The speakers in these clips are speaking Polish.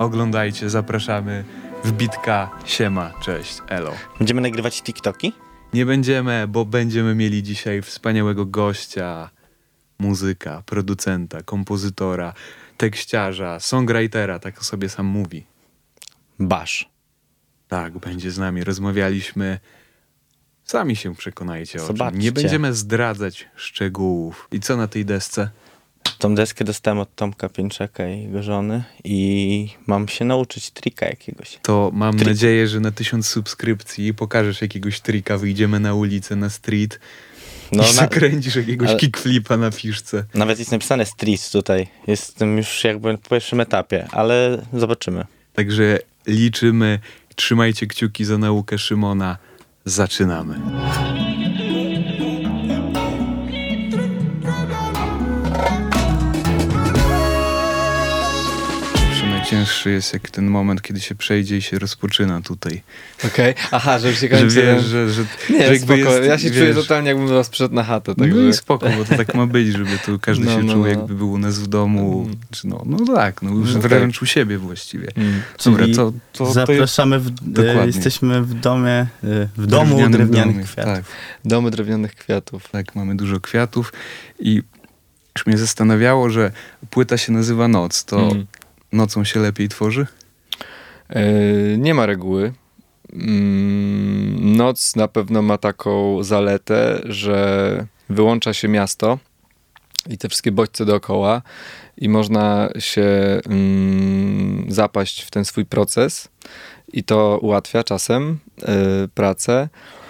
oglądajcie, zapraszamy. Wbitka, siema, cześć, elo. Będziemy nagrywać TikToki? Nie będziemy, bo będziemy mieli dzisiaj wspaniałego gościa, muzyka, producenta, kompozytora, tekściarza, songwritera, tak o sobie sam mówi. Basz. Tak, będzie z nami. Rozmawialiśmy. Sami się przekonajcie o Zobaczcie. czym. Nie będziemy zdradzać szczegółów. I co na tej desce? Tą deskę dostałem od Tomka Pięczaka i jego żony i mam się nauczyć trika jakiegoś. To mam nadzieję, że na 1000 subskrypcji pokażesz jakiegoś trika, wyjdziemy na ulicę, na street i zakręcisz jakiegoś kickflipa na fiszce. Nawet jest napisane street tutaj. Jestem już jakby po pierwszym etapie, ale zobaczymy. Także liczymy, trzymajcie kciuki za naukę Szymona. Zaczynamy. Najcięższy jest jak ten moment, kiedy się przejdzie i się rozpoczyna tutaj. Okej. Aha, żeby się kończy. Że wiesz, że nie, jakby spoko. jest, Ja się wiesz, czuję totalnie, jakbym do was przyszedł na chatę. No Także... i spoko, bo to tak ma być, żeby tu każdy się czuł, jakby był u nas w domu. Czy no tak, już wręcz u siebie właściwie. Dobra, to zapraszamy, jesteśmy w domie, w domu drewnianych kwiatów. Tak. Domy drewnianych kwiatów. Tak, mamy dużo kwiatów i już mnie zastanawiało, że płyta się nazywa Noc, to nocą się lepiej tworzy? Nie ma reguły. Noc na pewno ma taką zaletę, że wyłącza się miasto i te wszystkie bodźce dookoła i można się zapaść w ten swój proces i to ułatwia czasem pracę.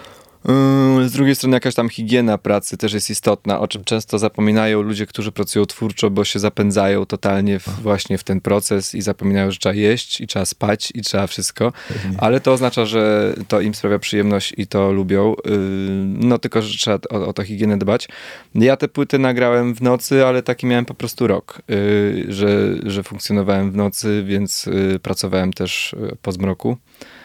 Z drugiej strony jakaś tam higiena pracy też jest istotna, o czym często zapominają ludzie, którzy pracują twórczo, bo się zapędzają totalnie właśnie w ten proces i zapominają, że trzeba jeść i trzeba spać i trzeba wszystko, ale to oznacza, że to im sprawia przyjemność i to lubią, no tylko, że trzeba o tę higienę dbać. Ja te płyty nagrałem w nocy, ale taki miałem po prostu rok, że funkcjonowałem w nocy, więc pracowałem też po zmroku.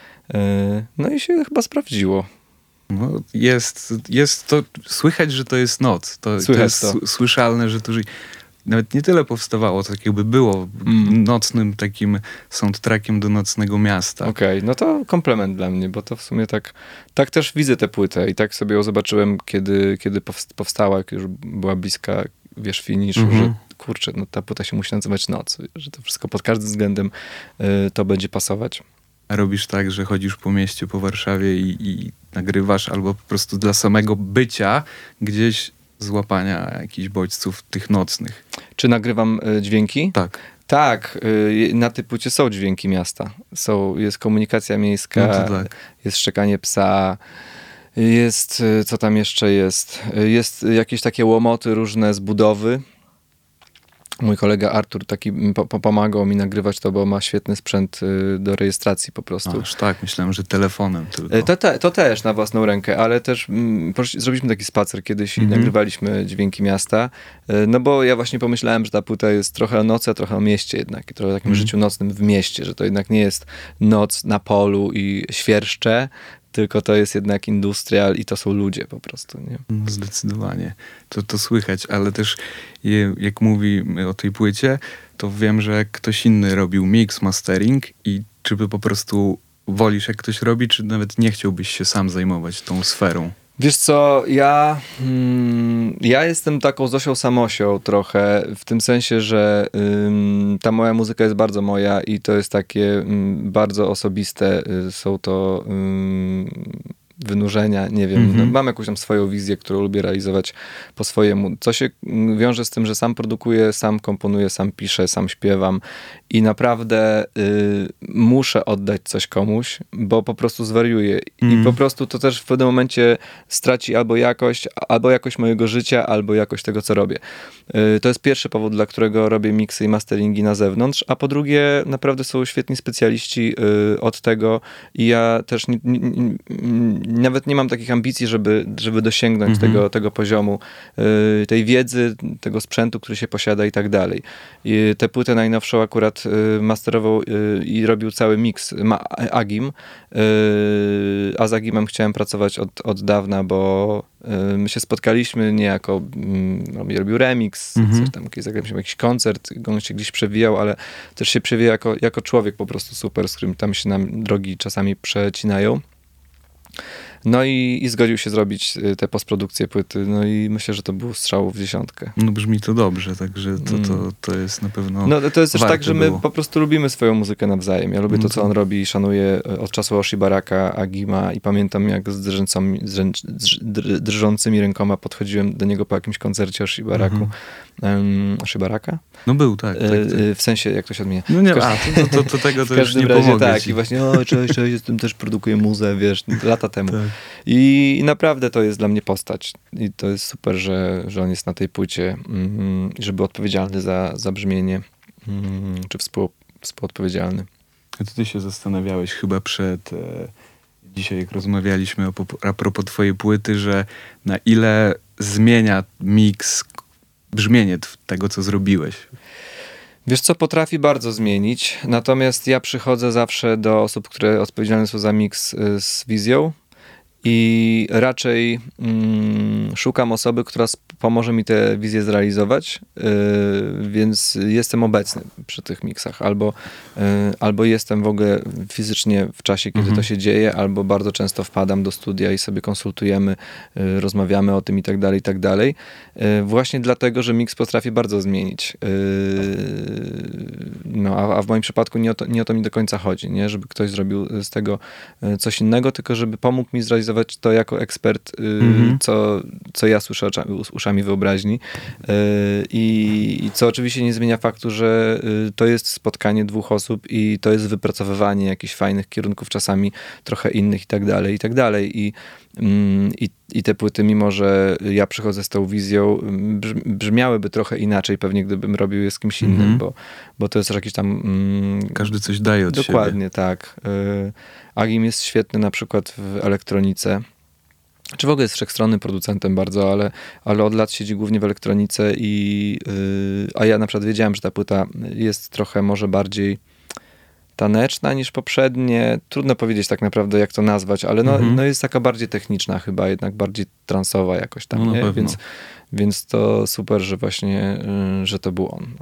No i się chyba sprawdziło. No, jest to, słychać, że to jest noc. To jest słyszalne, że tu nawet nie tyle powstawało, to tak jakby było nocnym takim soundtrackiem do nocnego miasta. Okej, no to komplement dla mnie, bo to w sumie tak też widzę tę płytę i tak sobie ją zobaczyłem, kiedy powstała, jak już była bliska, wiesz, finiszu, że kurczę, no ta płyta się musi nazywać Noc, że to wszystko pod każdym względem to będzie pasować. A robisz tak, że chodzisz po mieście, po Warszawie i nagrywasz, albo po prostu dla samego bycia gdzieś złapania jakichś bodźców tych nocnych? Czy nagrywam dźwięki? Tak. Tak, na tej płycie są dźwięki miasta. Jest komunikacja miejska, no to tak. Jest szczekanie psa, jest, co tam jeszcze jest? Jest jakieś takie łomoty różne z budowy. Mój kolega Artur taki pomagał mi nagrywać to, bo ma świetny sprzęt do rejestracji po prostu. Aż tak, myślałem, że telefonem tylko. To też na własną rękę, ale też zrobiliśmy taki spacer kiedyś i nagrywaliśmy dźwięki miasta, no bo ja właśnie pomyślałem, że ta płyta jest trochę o nocy, a trochę o mieście jednak, i trochę o takim życiu nocnym w mieście, że to jednak nie jest noc na polu i świerszcze, tylko to jest jednak industrial i to są ludzie po prostu, nie? No, zdecydowanie. To słychać, ale też jak mówimy o tej płycie, to wiem, że ktoś inny robił mix, mastering i czy by po prostu wolisz, jak ktoś robi, czy nawet nie chciałbyś się sam zajmować tą sferą? Wiesz co, ja jestem taką Zosią Samosią trochę, w tym sensie, że ta moja muzyka jest bardzo moja i to jest takie bardzo osobiste, są to wynurzenia, nie wiem, no, mam jakąś tam swoją wizję, którą lubię realizować po swojemu, co się wiąże z tym, że sam produkuję, sam komponuję, sam piszę, sam śpiewam i naprawdę muszę oddać coś komuś, bo po prostu zwariuję i po prostu to też w pewnym momencie straci albo jakość mojego życia, albo jakość tego, co robię. To jest pierwszy powód, dla którego robię miksy i masteringi na zewnątrz, a po drugie naprawdę są świetni specjaliści od tego i ja też nawet nie mam takich ambicji, żeby dosięgnąć tego poziomu, tej wiedzy, tego sprzętu, który się posiada i tak dalej. I tę płytę najnowszą akurat masterował i robił cały miks Agim, a z Agimem chciałem pracować od dawna, bo my się spotkaliśmy niejako, robił remix, coś tam, zagraliśmy jakiś koncert, on się gdzieś przewijał, ale też się przewija jako człowiek po prostu super, z którym tam się nam drogi czasami przecinają. No i zgodził się zrobić tę postprodukcję płyty, no i myślę, że to był strzał w dziesiątkę. No brzmi to dobrze, także to jest na pewno No to jest też tak, że my było. po prostu lubimy swoją muzykę nawzajem. Ja lubię to, co on robi, szanuję od czasu Oshi Baraka, Agima i pamiętam, jak z drżącymi rękoma podchodziłem do niego po jakimś koncercie Oshi Baraku. Oshi Baraka? No był, tak. W sensie, jak to się odmienia? No nie, to tego to już nie razie, pomogę tak, ci. i właśnie, cześć, jestem też produkuję muzę, wiesz, lata temu. Tak. I naprawdę to jest dla mnie postać. I to jest super, że on jest na tej płycie, żeby odpowiedzialny za brzmienie, czy współodpowiedzialny. A ty się zastanawiałeś chyba przed... Dzisiaj jak rozmawialiśmy a propos twojej płyty, że na ile zmienia miks brzmienie tego, co zrobiłeś. Wiesz co, potrafi bardzo zmienić, natomiast ja przychodzę zawsze do osób, które odpowiedzialne są za miks z wizją i raczej szukam osoby, która pomoże mi tę wizję zrealizować, więc jestem obecny przy tych miksach. Albo jestem w ogóle fizycznie w czasie, kiedy to się dzieje, albo bardzo często wpadam do studia i sobie konsultujemy, rozmawiamy o tym i tak dalej. Właśnie dlatego, że miks potrafi bardzo zmienić. No, a w moim przypadku nie o to mi do końca chodzi, nie? Żeby ktoś zrobił z tego coś innego, tylko żeby pomógł mi zrealizować to jako ekspert, co ja słyszę uszami wyobraźni. I co oczywiście nie zmienia faktu, że to jest spotkanie dwóch osób i to jest wypracowywanie jakichś fajnych kierunków, czasami trochę innych i tak dalej. I te płyty, mimo że ja przychodzę z tą wizją, brzmiałyby trochę inaczej pewnie, gdybym robił je z kimś innym, bo to jest jakiś tam... Każdy coś daje od siebie. Dokładnie, tak. Agim jest świetny na przykład w elektronice. Czy w ogóle jest wszechstronnym producentem bardzo, ale od lat siedzi głównie w elektronice a ja na przykład wiedziałem, że ta płyta jest trochę może bardziej taneczna niż poprzednie. Trudno powiedzieć tak naprawdę, jak to nazwać, ale no jest taka bardziej techniczna chyba, jednak bardziej transowa jakoś tam, no, nie? Pewno. Więc to super, że właśnie, że to był on. No.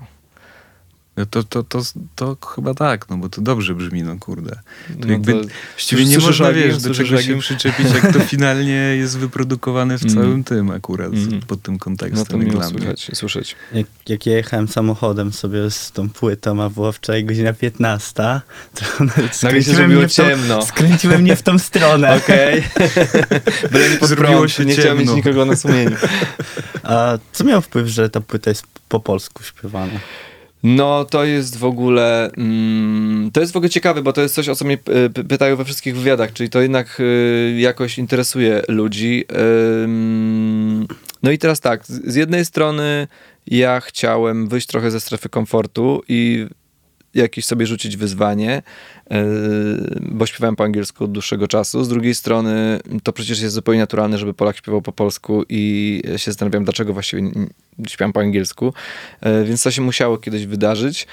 To chyba tak, no bo to dobrze brzmi, no kurde. To No jakby to właściwie nie można, Agim, wiesz, do czego się przyczepić, jak to finalnie jest wyprodukowane w całym tym akurat, pod tym kontekstem. No to jak miło dla mnie. słyszeć. Jak ja jechałem samochodem sobie z tą płytą, a była wczoraj godzina 15, to Nagle się zrobiło ciemno. Skręciłem mnie w tą stronę. Okej. Byle nie pod Zrobiło prąd, się nie chciałem mieć ciemno. nikogo na sumieniu. A co miał wpływ, że ta płyta jest po polsku śpiewana? No, to jest w ogóle ciekawe, bo to jest coś, o co mnie pytają we wszystkich wywiadach, czyli to jednak jakoś interesuje ludzi. No i teraz tak, z jednej strony ja chciałem wyjść trochę ze strefy komfortu i jakieś sobie rzucić wyzwanie, bo śpiewałem po angielsku od dłuższego czasu. Z drugiej strony to przecież jest zupełnie naturalne, żeby Polak śpiewał po polsku i się zastanawiam, dlaczego właściwie śpiewam po angielsku. Więc to się musiało kiedyś wydarzyć.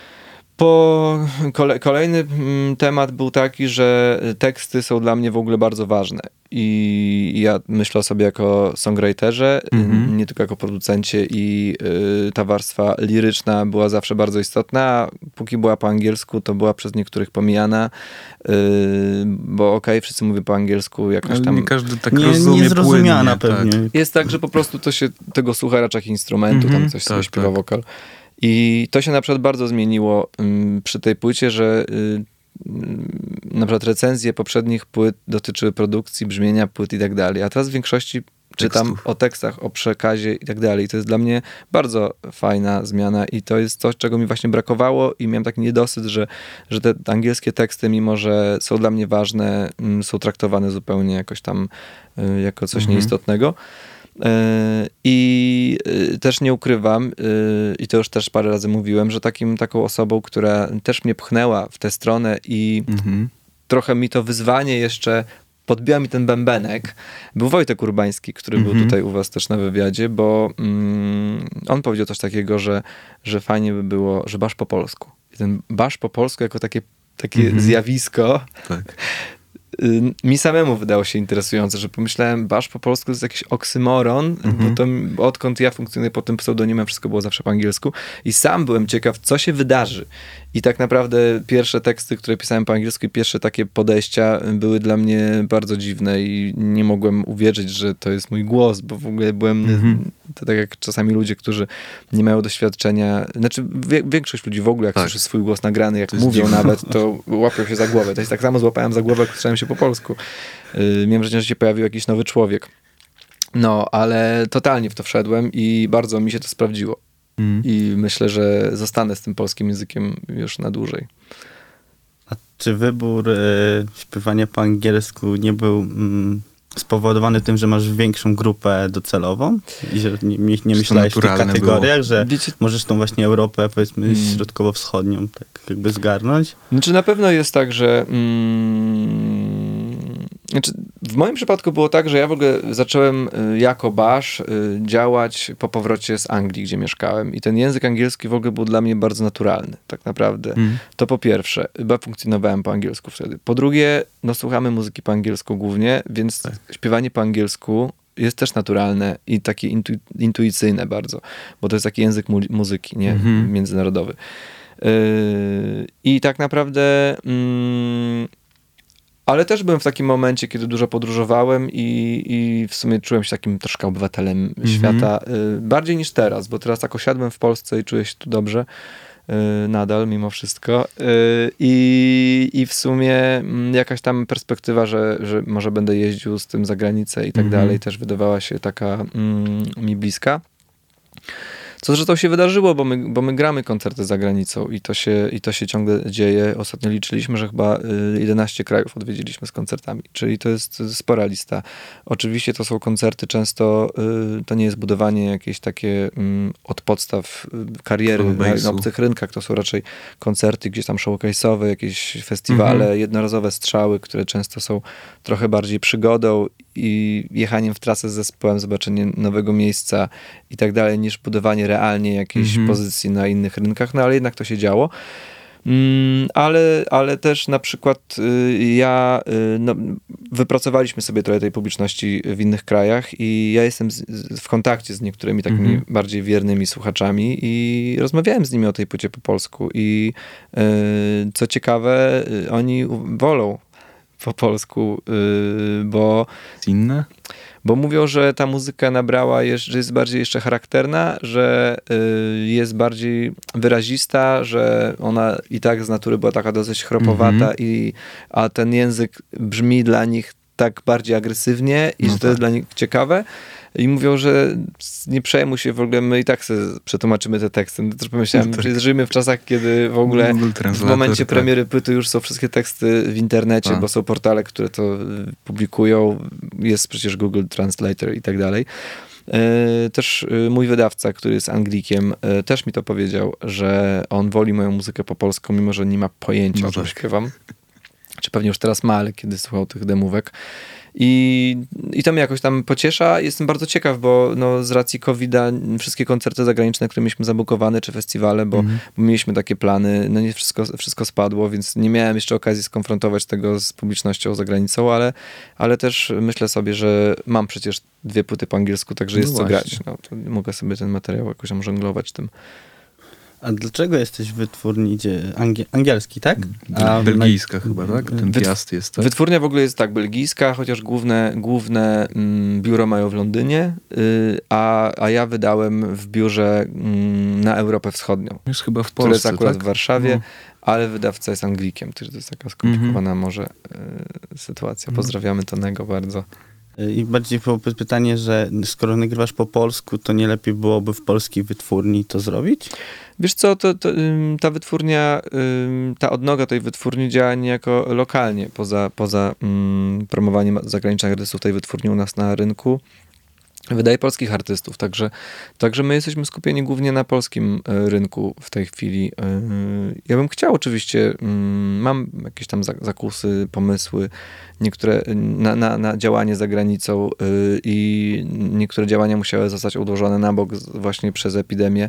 Kolejny temat był taki, że teksty są dla mnie w ogóle bardzo ważne. I ja myślę o sobie jako songwriterze, nie tylko jako producencie i ta warstwa liryczna była zawsze bardzo istotna, a póki była po angielsku, to była przez niektórych pomijana, bo wszyscy mówią po angielsku jakoś Ale tam... nie każdy tak rozumie Niezrozumiana płynnie, pewnie. Tak. Jest tak, że po prostu to się tego słucha raczej jak instrumentu, tam coś sobie tak, śpiewa tak. wokal. I to się na przykład bardzo zmieniło przy tej płycie, że na przykład recenzje poprzednich płyt dotyczyły produkcji, brzmienia płyt i tak dalej, a teraz w większości czytam Tekstów. o tekstach, o przekazie i tak dalej. To jest dla mnie bardzo fajna zmiana i to jest coś, czego mi właśnie brakowało i miałem taki niedosyt, że te angielskie teksty, mimo że są dla mnie ważne, są traktowane zupełnie jakoś tam jako coś nieistotnego. I też nie ukrywam, i to już też parę razy mówiłem, że taką osobą, która też mnie pchnęła w tę stronę i trochę mi to wyzwanie jeszcze podbiła mi ten bębenek, był Wojtek Urbański, który był tutaj u was też na wywiadzie, bo on powiedział coś takiego, że fajnie by było, że basz po polsku. I ten basz po polsku jako takie zjawisko Tak. mi samemu wydało się interesujące, że pomyślałem, basz po polsku to jest jakiś oksymoron, bo to odkąd ja funkcjonuję pod tym pseudonimem, wszystko było zawsze po angielsku i sam byłem ciekaw, co się wydarzy. I tak naprawdę pierwsze teksty, które pisałem po angielsku i pierwsze takie podejścia były dla mnie bardzo dziwne i nie mogłem uwierzyć, że to jest mój głos, bo w ogóle byłem, to tak jak czasami ludzie, którzy nie mają doświadczenia, znaczy większość ludzi w ogóle, jak słyszy swój głos nagrany, jak mówią nawet, to łapią się za głowę. To jest tak samo, złapałem za głowę, jak słyszałem się po polsku. Miałem wrażenie, że się pojawił jakiś nowy człowiek. No, ale totalnie w to wszedłem i bardzo mi się to sprawdziło. I myślę, że zostanę z tym polskim językiem już na dłużej. A czy wybór śpiewania po angielsku nie był spowodowany tym, że masz większą grupę docelową i że nie myślałeś w tych kategoriach, że możesz tą właśnie Europę, powiedzmy, środkowo-wschodnią tak jakby zgarnąć? Znaczy na pewno jest tak, że w moim przypadku było tak, że ja w ogóle zacząłem jako basz działać po powrocie z Anglii, gdzie mieszkałem i ten język angielski w ogóle był dla mnie bardzo naturalny, tak naprawdę. To po pierwsze, chyba funkcjonowałem po angielsku wtedy. Po drugie, no słuchamy muzyki po angielsku głównie, więc śpiewanie po angielsku jest też naturalne i takie intuicyjne bardzo, bo to jest taki język muzyki, nie? Międzynarodowy. I tak naprawdę ale też byłem w takim momencie, kiedy dużo podróżowałem i w sumie czułem się takim troszkę obywatelem świata, bardziej niż teraz, bo teraz tak osiadłem w Polsce i czuję się tu dobrze, nadal mimo wszystko. I w sumie jakaś tam perspektywa, że może będę jeździł z tym za granicę i tak dalej, też wydawała się taka mi bliska. Co zresztą się wydarzyło, bo my gramy koncerty za granicą i to się ciągle dzieje. Ostatnio liczyliśmy, że chyba 11 krajów odwiedziliśmy z koncertami, czyli to jest spora lista. Oczywiście to są koncerty często, to nie jest budowanie jakieś takie od podstaw kariery na obcych rynkach, to są raczej koncerty gdzieś tam showcase'owe, jakieś festiwale, jednorazowe strzały, które często są trochę bardziej przygodą i jechaniem w trasę z zespołem, zobaczenie nowego miejsca i tak dalej, niż budowanie realnie jakiejś pozycji na innych rynkach, no ale jednak to się działo. Ale też na przykład wypracowaliśmy sobie trochę tej publiczności w innych krajach i ja jestem w kontakcie z niektórymi takimi bardziej wiernymi słuchaczami i rozmawiałem z nimi o tej płycie po polsku i co ciekawe, oni wolą po polsku, bo... Inne? Bo mówią, że ta muzyka nabrała, że jest bardziej jeszcze charakterna, że jest bardziej wyrazista, że ona i tak z natury była taka dosyć chropowata, a ten język brzmi dla nich tak bardziej agresywnie i że to jest dla nich ciekawe. I mówią, że nie przejmuj się w ogóle, my i tak sobie przetłumaczymy te teksty. No też pomyślałem, że żyjemy w czasach, kiedy w ogóle w momencie premiery płyty już są wszystkie teksty w internecie, bo są portale, które to publikują. Jest przecież Google Translator i tak dalej. Też mój wydawca, który jest Anglikiem, też mi to powiedział, że on woli moją muzykę po polsku, mimo że nie ma pojęcia, o czym śpiewam. Czy pewnie już teraz ma, ale kiedy słuchał tych demówek. I to mnie jakoś tam pociesza. Jestem bardzo ciekaw, bo z racji COVID-a wszystkie koncerty zagraniczne, które mieliśmy zabukowane, czy festiwale, bo mieliśmy takie plany, nie wszystko spadło, więc nie miałem jeszcze okazji skonfrontować tego z publicznością za granicą, ale też myślę sobie, że mam przecież 2 płyty po angielsku, także jest co grać. To mogę sobie ten materiał jakoś tam żonglować tym. A dlaczego jesteś w wytwórni angielski, tak? Belgijska chyba, tak? Ten Piast jest, tak? Wytwórnia w ogóle jest tak belgijska, chociaż główne biuro mają w Londynie, a ja wydałem w biurze na Europę Wschodnią. Jest chyba w Polsce, które jest akurat tak? w Warszawie, ale wydawca jest Anglikiem, to jest taka skomplikowana może sytuacja. Pozdrawiamy Tonego bardzo. I bardziej byłoby pytanie, że skoro nagrywasz po polsku, to nie lepiej byłoby w polskiej wytwórni to zrobić? Wiesz co, ta wytwórnia, ta odnoga tej wytwórni działa niejako lokalnie, poza promowaniem zagranicznych artystów tej wytwórni u nas na rynku. wydaje polskich artystów, także my jesteśmy skupieni głównie na polskim rynku w tej chwili. Ja bym chciał oczywiście, mam jakieś tam zakusy, pomysły, niektóre na działanie za granicą i niektóre działania musiały zostać odłożone na bok właśnie przez epidemię,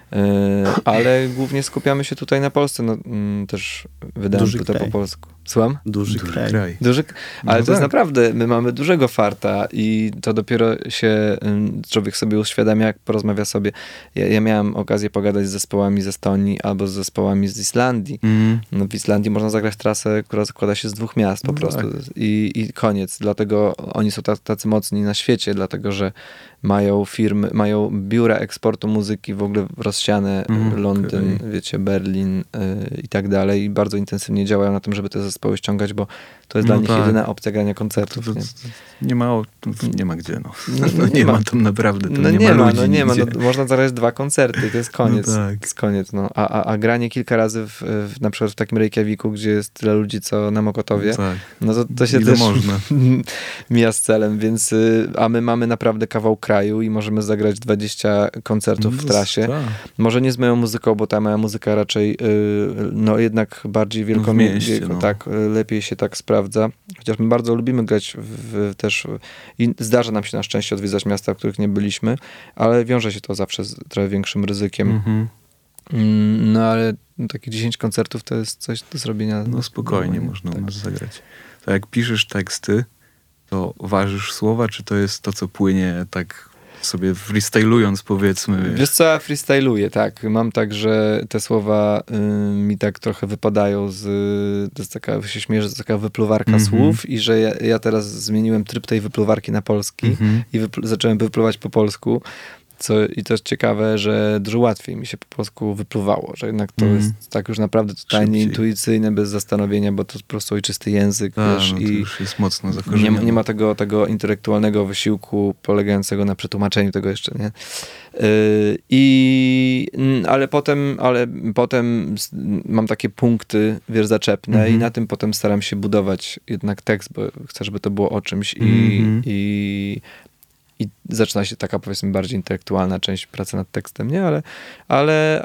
ale głównie skupiamy się tutaj na Polsce, no, też wydałem tutaj po polsku. Słucham? Duży kraj. Ale No to jest naprawdę, my mamy dużego farta i to dopiero się człowiek sobie uświadamia, jak porozmawia sobie. Ja miałem okazję pogadać z zespołami z Estonii albo z zespołami z Islandii. No, w Islandii można zagrać trasę, która składa się z 2 miast po prostu. Tak. I koniec. Dlatego oni są tacy mocni na świecie, dlatego że mają firmy, mają biura eksportu muzyki w ogóle rozsiane, Londyn, wiecie, Berlin i tak dalej. I bardzo intensywnie działają na tym, żeby te zespoły ściągać, bo to jest dla nich jedyna opcja grania koncertów. Nie ma gdzie, nie ma tam naprawdę. Nie ma. Można zagrać 2 koncerty i to jest koniec. Koniec. A granie kilka razy na przykład w takim Reykjaviku, gdzie jest tyle ludzi, co na Mokotowie, no to się też można. Mija z celem, więc a my mamy naprawdę kawał kraju i możemy zagrać 20 koncertów w trasie. Może nie z moją muzyką, bo ta moja muzyka raczej jednak bardziej tak, lepiej się tak sprawdza. Chociaż my bardzo lubimy grać też i zdarza nam się na szczęście odwiedzać miasta, w których nie byliśmy, ale wiąże się to zawsze z trochę większym ryzykiem. No ale takie 10 koncertów to jest coś do zrobienia. No spokojnie można u nas zagrać. To jak piszesz teksty, to ważysz słowa, czy to jest to, co płynie tak sobie freestylując, powiedzmy? Wiesz co, ja freestyluję, tak. Mam tak, że te słowa mi tak trochę wypadają to jest taka, się śmieję, że to jest taka wypluwarka słów i że ja teraz zmieniłem tryb tej wypluwarki na polski i zacząłem wypluwać po polsku. I to jest ciekawe, że dużo łatwiej mi się po polsku wypluwało, że jednak to jest tak już naprawdę totalnie intuicyjne, bez zastanowienia, bo to po prostu ojczysty język, wiesz, i już jest mocno zakorzenione. Nie ma tego intelektualnego wysiłku polegającego na przetłumaczeniu tego jeszcze, nie? Ale potem mam takie punkty, wiesz, zaczepne i na tym potem staram się budować jednak tekst, bo chcę, żeby to było o czymś i zaczyna się taka, powiedzmy, bardziej intelektualna część pracy nad tekstem, nie? Ale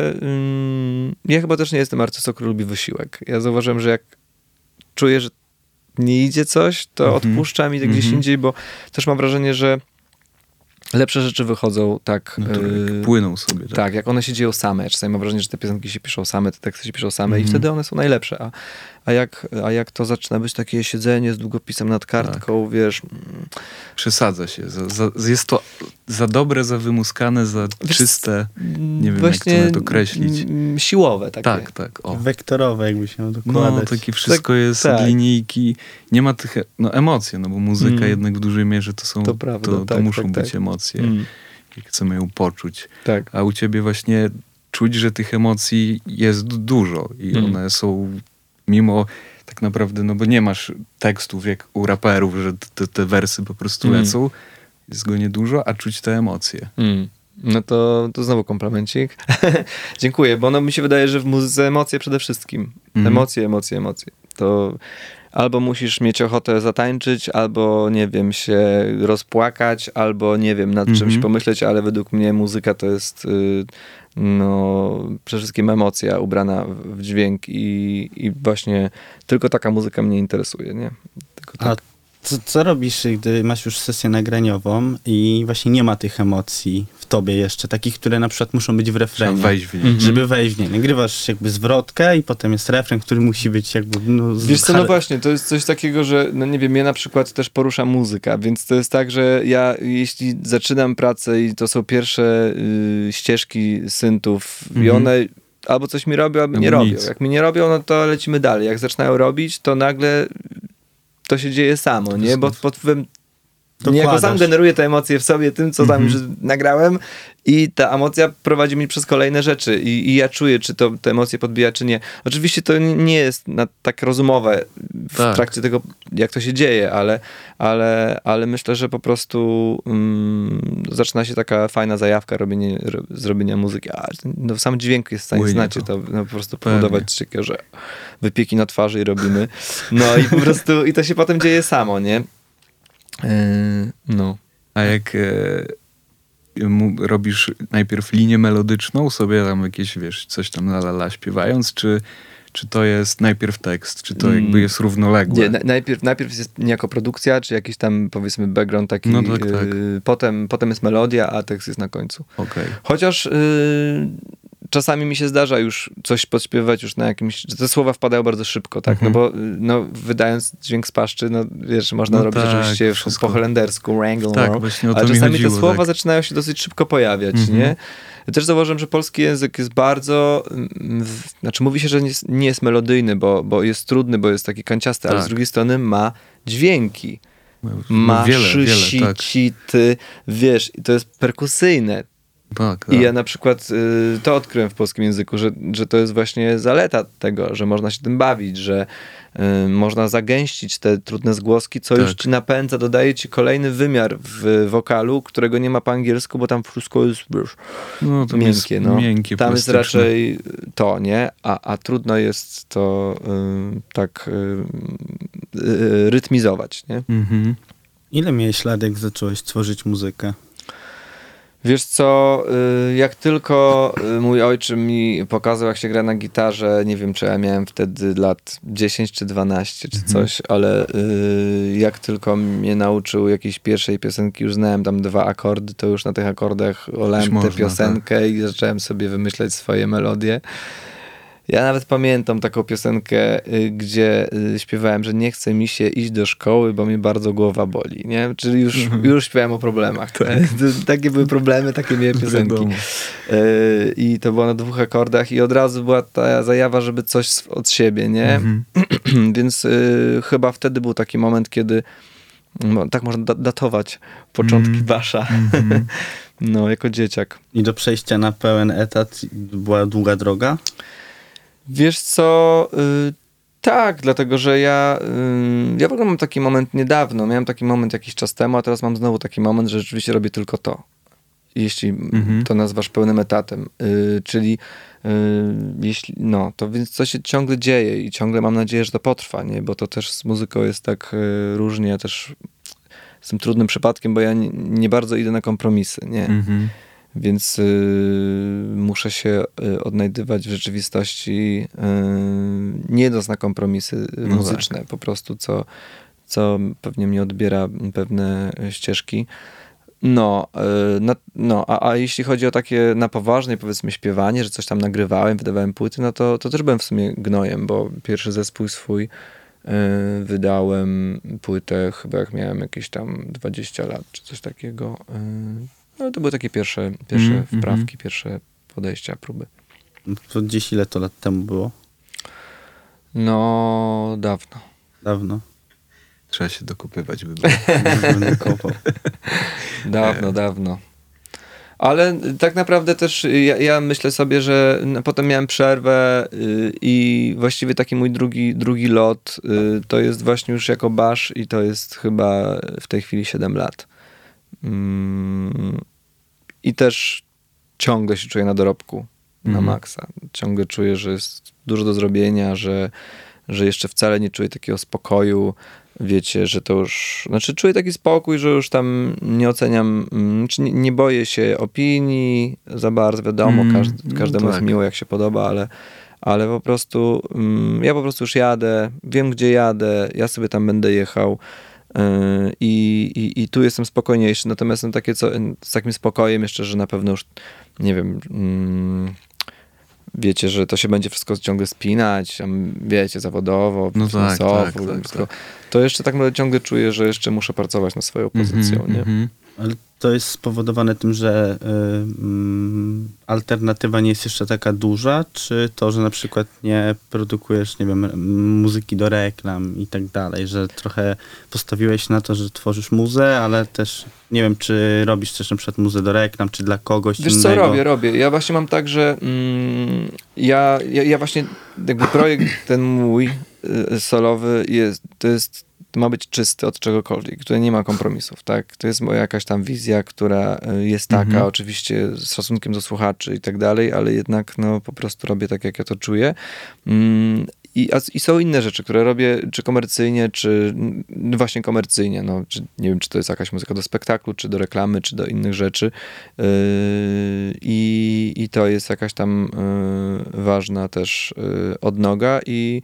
ja chyba też nie jestem artystą, który lubi wysiłek. Ja zauważyłem, że jak czuję, że nie idzie coś, to odpuszczam i gdzieś indziej, bo też mam wrażenie, że lepsze rzeczy wychodzą tak... płyną sobie. Tak, jak one się dzieją same. Ja czasami mam wrażenie, że te piosenki się piszą same, te teksty się piszą same i wtedy one są najlepsze. A jak to zaczyna być takie siedzenie z długopisem nad kartką, wiesz... Przesadza się. Jest to za dobre, za wymuskane, za czyste. Nie wiem, jak to nawet określić. Siłowe takie. Tak. Wektorowe, jakby się dokładać. No, takie wszystko jest od linijki. Nie ma tych emocje, bo muzyka jednak w dużej mierze to są... To muszą być emocje. Jak chcemy ją poczuć. Tak. A u ciebie właśnie czuć, że tych emocji jest dużo i one są mimo tak naprawdę, bo nie masz tekstów jak u raperów, że te wersy po prostu lecą, jest go niedużo, a czuć te emocje. No to znowu komplemencik. Dziękuję, bo mi się wydaje, że w muzyce emocje przede wszystkim. Emocje. To albo musisz mieć ochotę zatańczyć, albo, nie wiem, się rozpłakać, albo, nie wiem, nad czymś pomyśleć, ale według mnie muzyka to jest przede wszystkim emocja ubrana w dźwięk i właśnie tylko taka muzyka mnie interesuje, nie? Tylko tak. Co robisz, gdy masz już sesję nagraniową i właśnie nie ma tych emocji w tobie jeszcze, takich, które na przykład muszą być w refrenie. Wejść w nie. Żeby wejść w nie. Nagrywasz jakby zwrotkę i potem jest refren, który musi być jakby... Wiesz co, właśnie, to jest coś takiego, że nie wiem, mnie na przykład też porusza muzyka, więc to jest tak, że ja jeśli zaczynam pracę i to są pierwsze ścieżki syntów i one albo coś mi robią, albo nie robią. Jak mi nie robią, no to lecimy dalej. Jak zaczynają robić, to nagle to się dzieje samo, nie? Bo pod wpływem niejako sam generuję te emocje w sobie tym, co tam już nagrałem i ta emocja prowadzi mnie przez kolejne rzeczy i ja czuję, czy to te emocje podbija, czy nie. Oczywiście to nie jest tak rozumowe w trakcie tego, jak to się dzieje, ale myślę, że po prostu zaczyna się taka fajna zajawka zrobienia muzyki. Sam dźwięk jest w stanie, znacie to, po prostu powodować takie, że wypieki na twarzy i robimy. No i po prostu, i to się potem dzieje samo, nie? A jak robisz najpierw linię melodyczną, sobie tam jakieś, wiesz, coś tam la la la śpiewając, czy to jest najpierw tekst, czy to jakby jest równoległe? Nie, najpierw jest niejako produkcja, czy jakiś tam, powiedzmy, background taki, No tak. Potem jest melodia, a tekst jest na końcu. Okay. Chociaż czasami mi się zdarza już coś podśpiewać już na jakimś, że te słowa wpadają bardzo szybko, tak? No bo wydając dźwięk z paszczy, no wiesz, można robić oczywiście po holendersku, wrangle, tak, właśnie o to ale mi czasami chodziło, te słowa tak. zaczynają się dosyć szybko pojawiać, nie? Też zauważyłem, że polski język jest bardzo, znaczy mówi się, że nie jest melodyjny, bo jest trudny, bo jest taki kanciasty, ale z drugiej strony ma dźwięki. Ma szy, tak. ci, ty, wiesz, to jest perkusyjne. Tak. I ja na przykład to odkryłem w polskim języku, że to jest właśnie zaleta tego, że można się tym bawić, że można zagęścić te trudne zgłoski, co już ci napędza, dodaje ci kolejny wymiar w wokalu, którego nie ma po angielsku, bo tam wszystko jest miękkie. Miękkie, tam jest raczej to, nie? A trudno jest to tak rytmizować, nie? Ile miałeś lat, jak zacząłeś tworzyć muzykę? Wiesz co, jak tylko mój ojczym mi pokazał, jak się gra na gitarze, nie wiem, czy ja miałem wtedy lat 10 czy 12 czy coś, ale jak tylko mnie nauczył jakiejś pierwszej piosenki, już znałem tam 2 akordy, to już na tych akordach olałem tę piosenkę i zacząłem sobie wymyślać swoje melodie. Ja nawet pamiętam taką piosenkę, gdzie śpiewałem, że nie chce mi się iść do szkoły, bo mnie bardzo głowa boli, nie? Czyli już śpiewałem o problemach. Tak. Takie były problemy, takie miałem piosenki. I to było na 2 akordach i od razu była ta zajawa, żeby coś od siebie, nie? Więc chyba wtedy był taki moment, kiedy tak można datować początki Basza. No, jako dzieciak. I do przejścia na pełen etat była długa droga? Wiesz co, tak, dlatego że ja w ogóle mam taki moment niedawno, miałem taki moment jakiś czas temu, a teraz mam znowu taki moment, że rzeczywiście robię tylko to, jeśli to nazwasz pełnym etatem, czyli jeśli, to więc coś się ciągle dzieje i ciągle mam nadzieję, że to potrwa, nie? Bo to też z muzyką jest tak różnie, ja też jestem trudnym przypadkiem, bo ja nie bardzo idę na kompromisy, nie? Więc muszę się odnajdywać w rzeczywistości, nie idąc na kompromisy muzyczne, po prostu, co pewnie mnie odbiera pewne ścieżki. A jeśli chodzi o takie na poważnie, powiedzmy, śpiewanie, że coś tam nagrywałem, wydawałem płyty, no to też byłem w sumie gnojem, bo pierwszy zespół swój wydałem płytę, chyba jak miałem jakieś tam 20 lat, czy coś takiego. No to były takie pierwsze wprawki, pierwsze podejścia, próby. To gdzieś ile to lat temu było? No, dawno. Trzeba się dokupywać, by było. Będę kopał. Dawno. Ale tak naprawdę też ja myślę sobie, że potem miałem przerwę i właściwie taki mój drugi lot to jest właśnie już jako Basz i to jest chyba w tej chwili 7 lat. I też ciągle się czuję na dorobku, na maksa. Ciągle czuję, że jest dużo do zrobienia, że jeszcze wcale nie czuję takiego spokoju. Wiecie, że to już... Znaczy czuję taki spokój, że już tam nie oceniam, czy nie boję się opinii za bardzo, wiadomo, każdemu jest miło, jak się podoba, ale po prostu ja po prostu już jadę, wiem gdzie jadę, ja sobie tam będę jechał. I tu jestem spokojniejszy, natomiast z takim spokojem jeszcze, że na pewno już, nie wiem, wiecie, że to się będzie wszystko ciągle spinać, wiecie, zawodowo, finansowo, tak. To jeszcze tak ciągle czuję, że jeszcze muszę pracować nad swoją pozycją, nie? Ale to jest spowodowane tym, że alternatywa nie jest jeszcze taka duża, czy to, że na przykład nie produkujesz, nie wiem, muzyki do reklam i tak dalej, że trochę postawiłeś na to, że tworzysz muzę, ale też nie wiem, czy robisz też na przykład muzę do reklam, czy dla kogoś innego. Wiesz co, robię. Ja właśnie mam tak, że ja właśnie jakby projekt ten mój solowy to ma być czysty od czegokolwiek, tutaj nie ma kompromisów, tak? To jest moja jakaś tam wizja, która jest taka, oczywiście z szacunkiem do słuchaczy i tak dalej, ale jednak po prostu robię tak, jak ja to czuję. I są inne rzeczy, które robię, czy komercyjnie, czy właśnie komercyjnie. No, czy, nie wiem, czy to jest jakaś muzyka do spektaklu, czy do reklamy, czy do innych rzeczy. I to jest jakaś tam ważna też odnoga i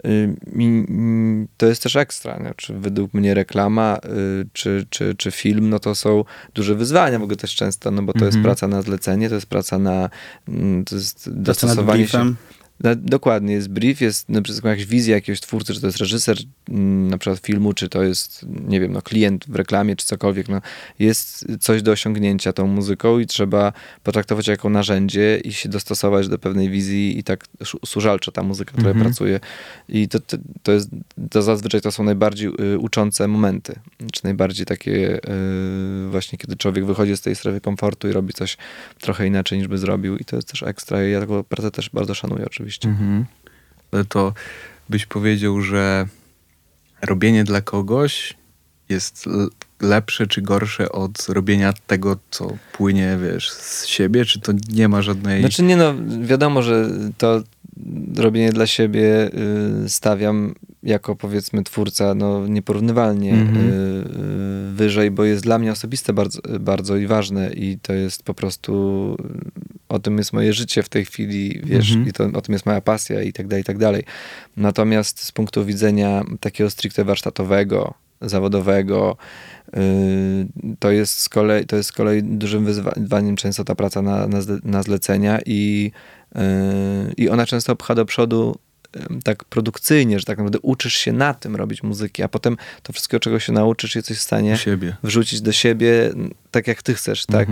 to jest też ekstra. Nie? Czy według mnie reklama, czy film, no to są duże wyzwania w ogóle też często, no bo to jest praca na zlecenie, to jest praca na to jest dostosowanie się. Dokładnie, jest brief, jest na przykład jakaś wizja jakiegoś twórcy, czy to jest reżyser na przykład filmu, czy to jest, nie wiem, no, klient w reklamie, czy cokolwiek. No, jest coś do osiągnięcia tą muzyką i trzeba potraktować jako narzędzie i się dostosować do pewnej wizji i tak służalczo ta muzyka, która pracuje. I to zazwyczaj to są najbardziej uczące momenty, czy najbardziej takie właśnie, kiedy człowiek wychodzi z tej strefy komfortu i robi coś trochę inaczej niż by zrobił i to jest też ekstra i ja taką pracę też bardzo szanuję oczywiście. Ale to byś powiedział, że robienie dla kogoś jest lepsze czy gorsze od robienia tego, co płynie, wiesz, z siebie? Czy to nie ma żadnej... Znaczy nie, no wiadomo, że to robienie dla siebie stawiam jako, powiedzmy, twórca no, nieporównywalnie wyżej, bo jest dla mnie osobiste bardzo, bardzo i ważne i to jest po prostu, o tym jest moje życie w tej chwili, wiesz, i to, o tym jest moja pasja i tak dalej, i tak dalej. Natomiast z punktu widzenia takiego stricte warsztatowego, zawodowego, to jest z kolei dużym wyzwaniem często ta praca na zlecenia i ona często pcha do przodu tak produkcyjnie, że tak naprawdę uczysz się na tym robić muzyki, a potem to wszystkiego, czego się nauczysz, jesteś w stanie wrzucić do siebie tak, jak ty chcesz, tak?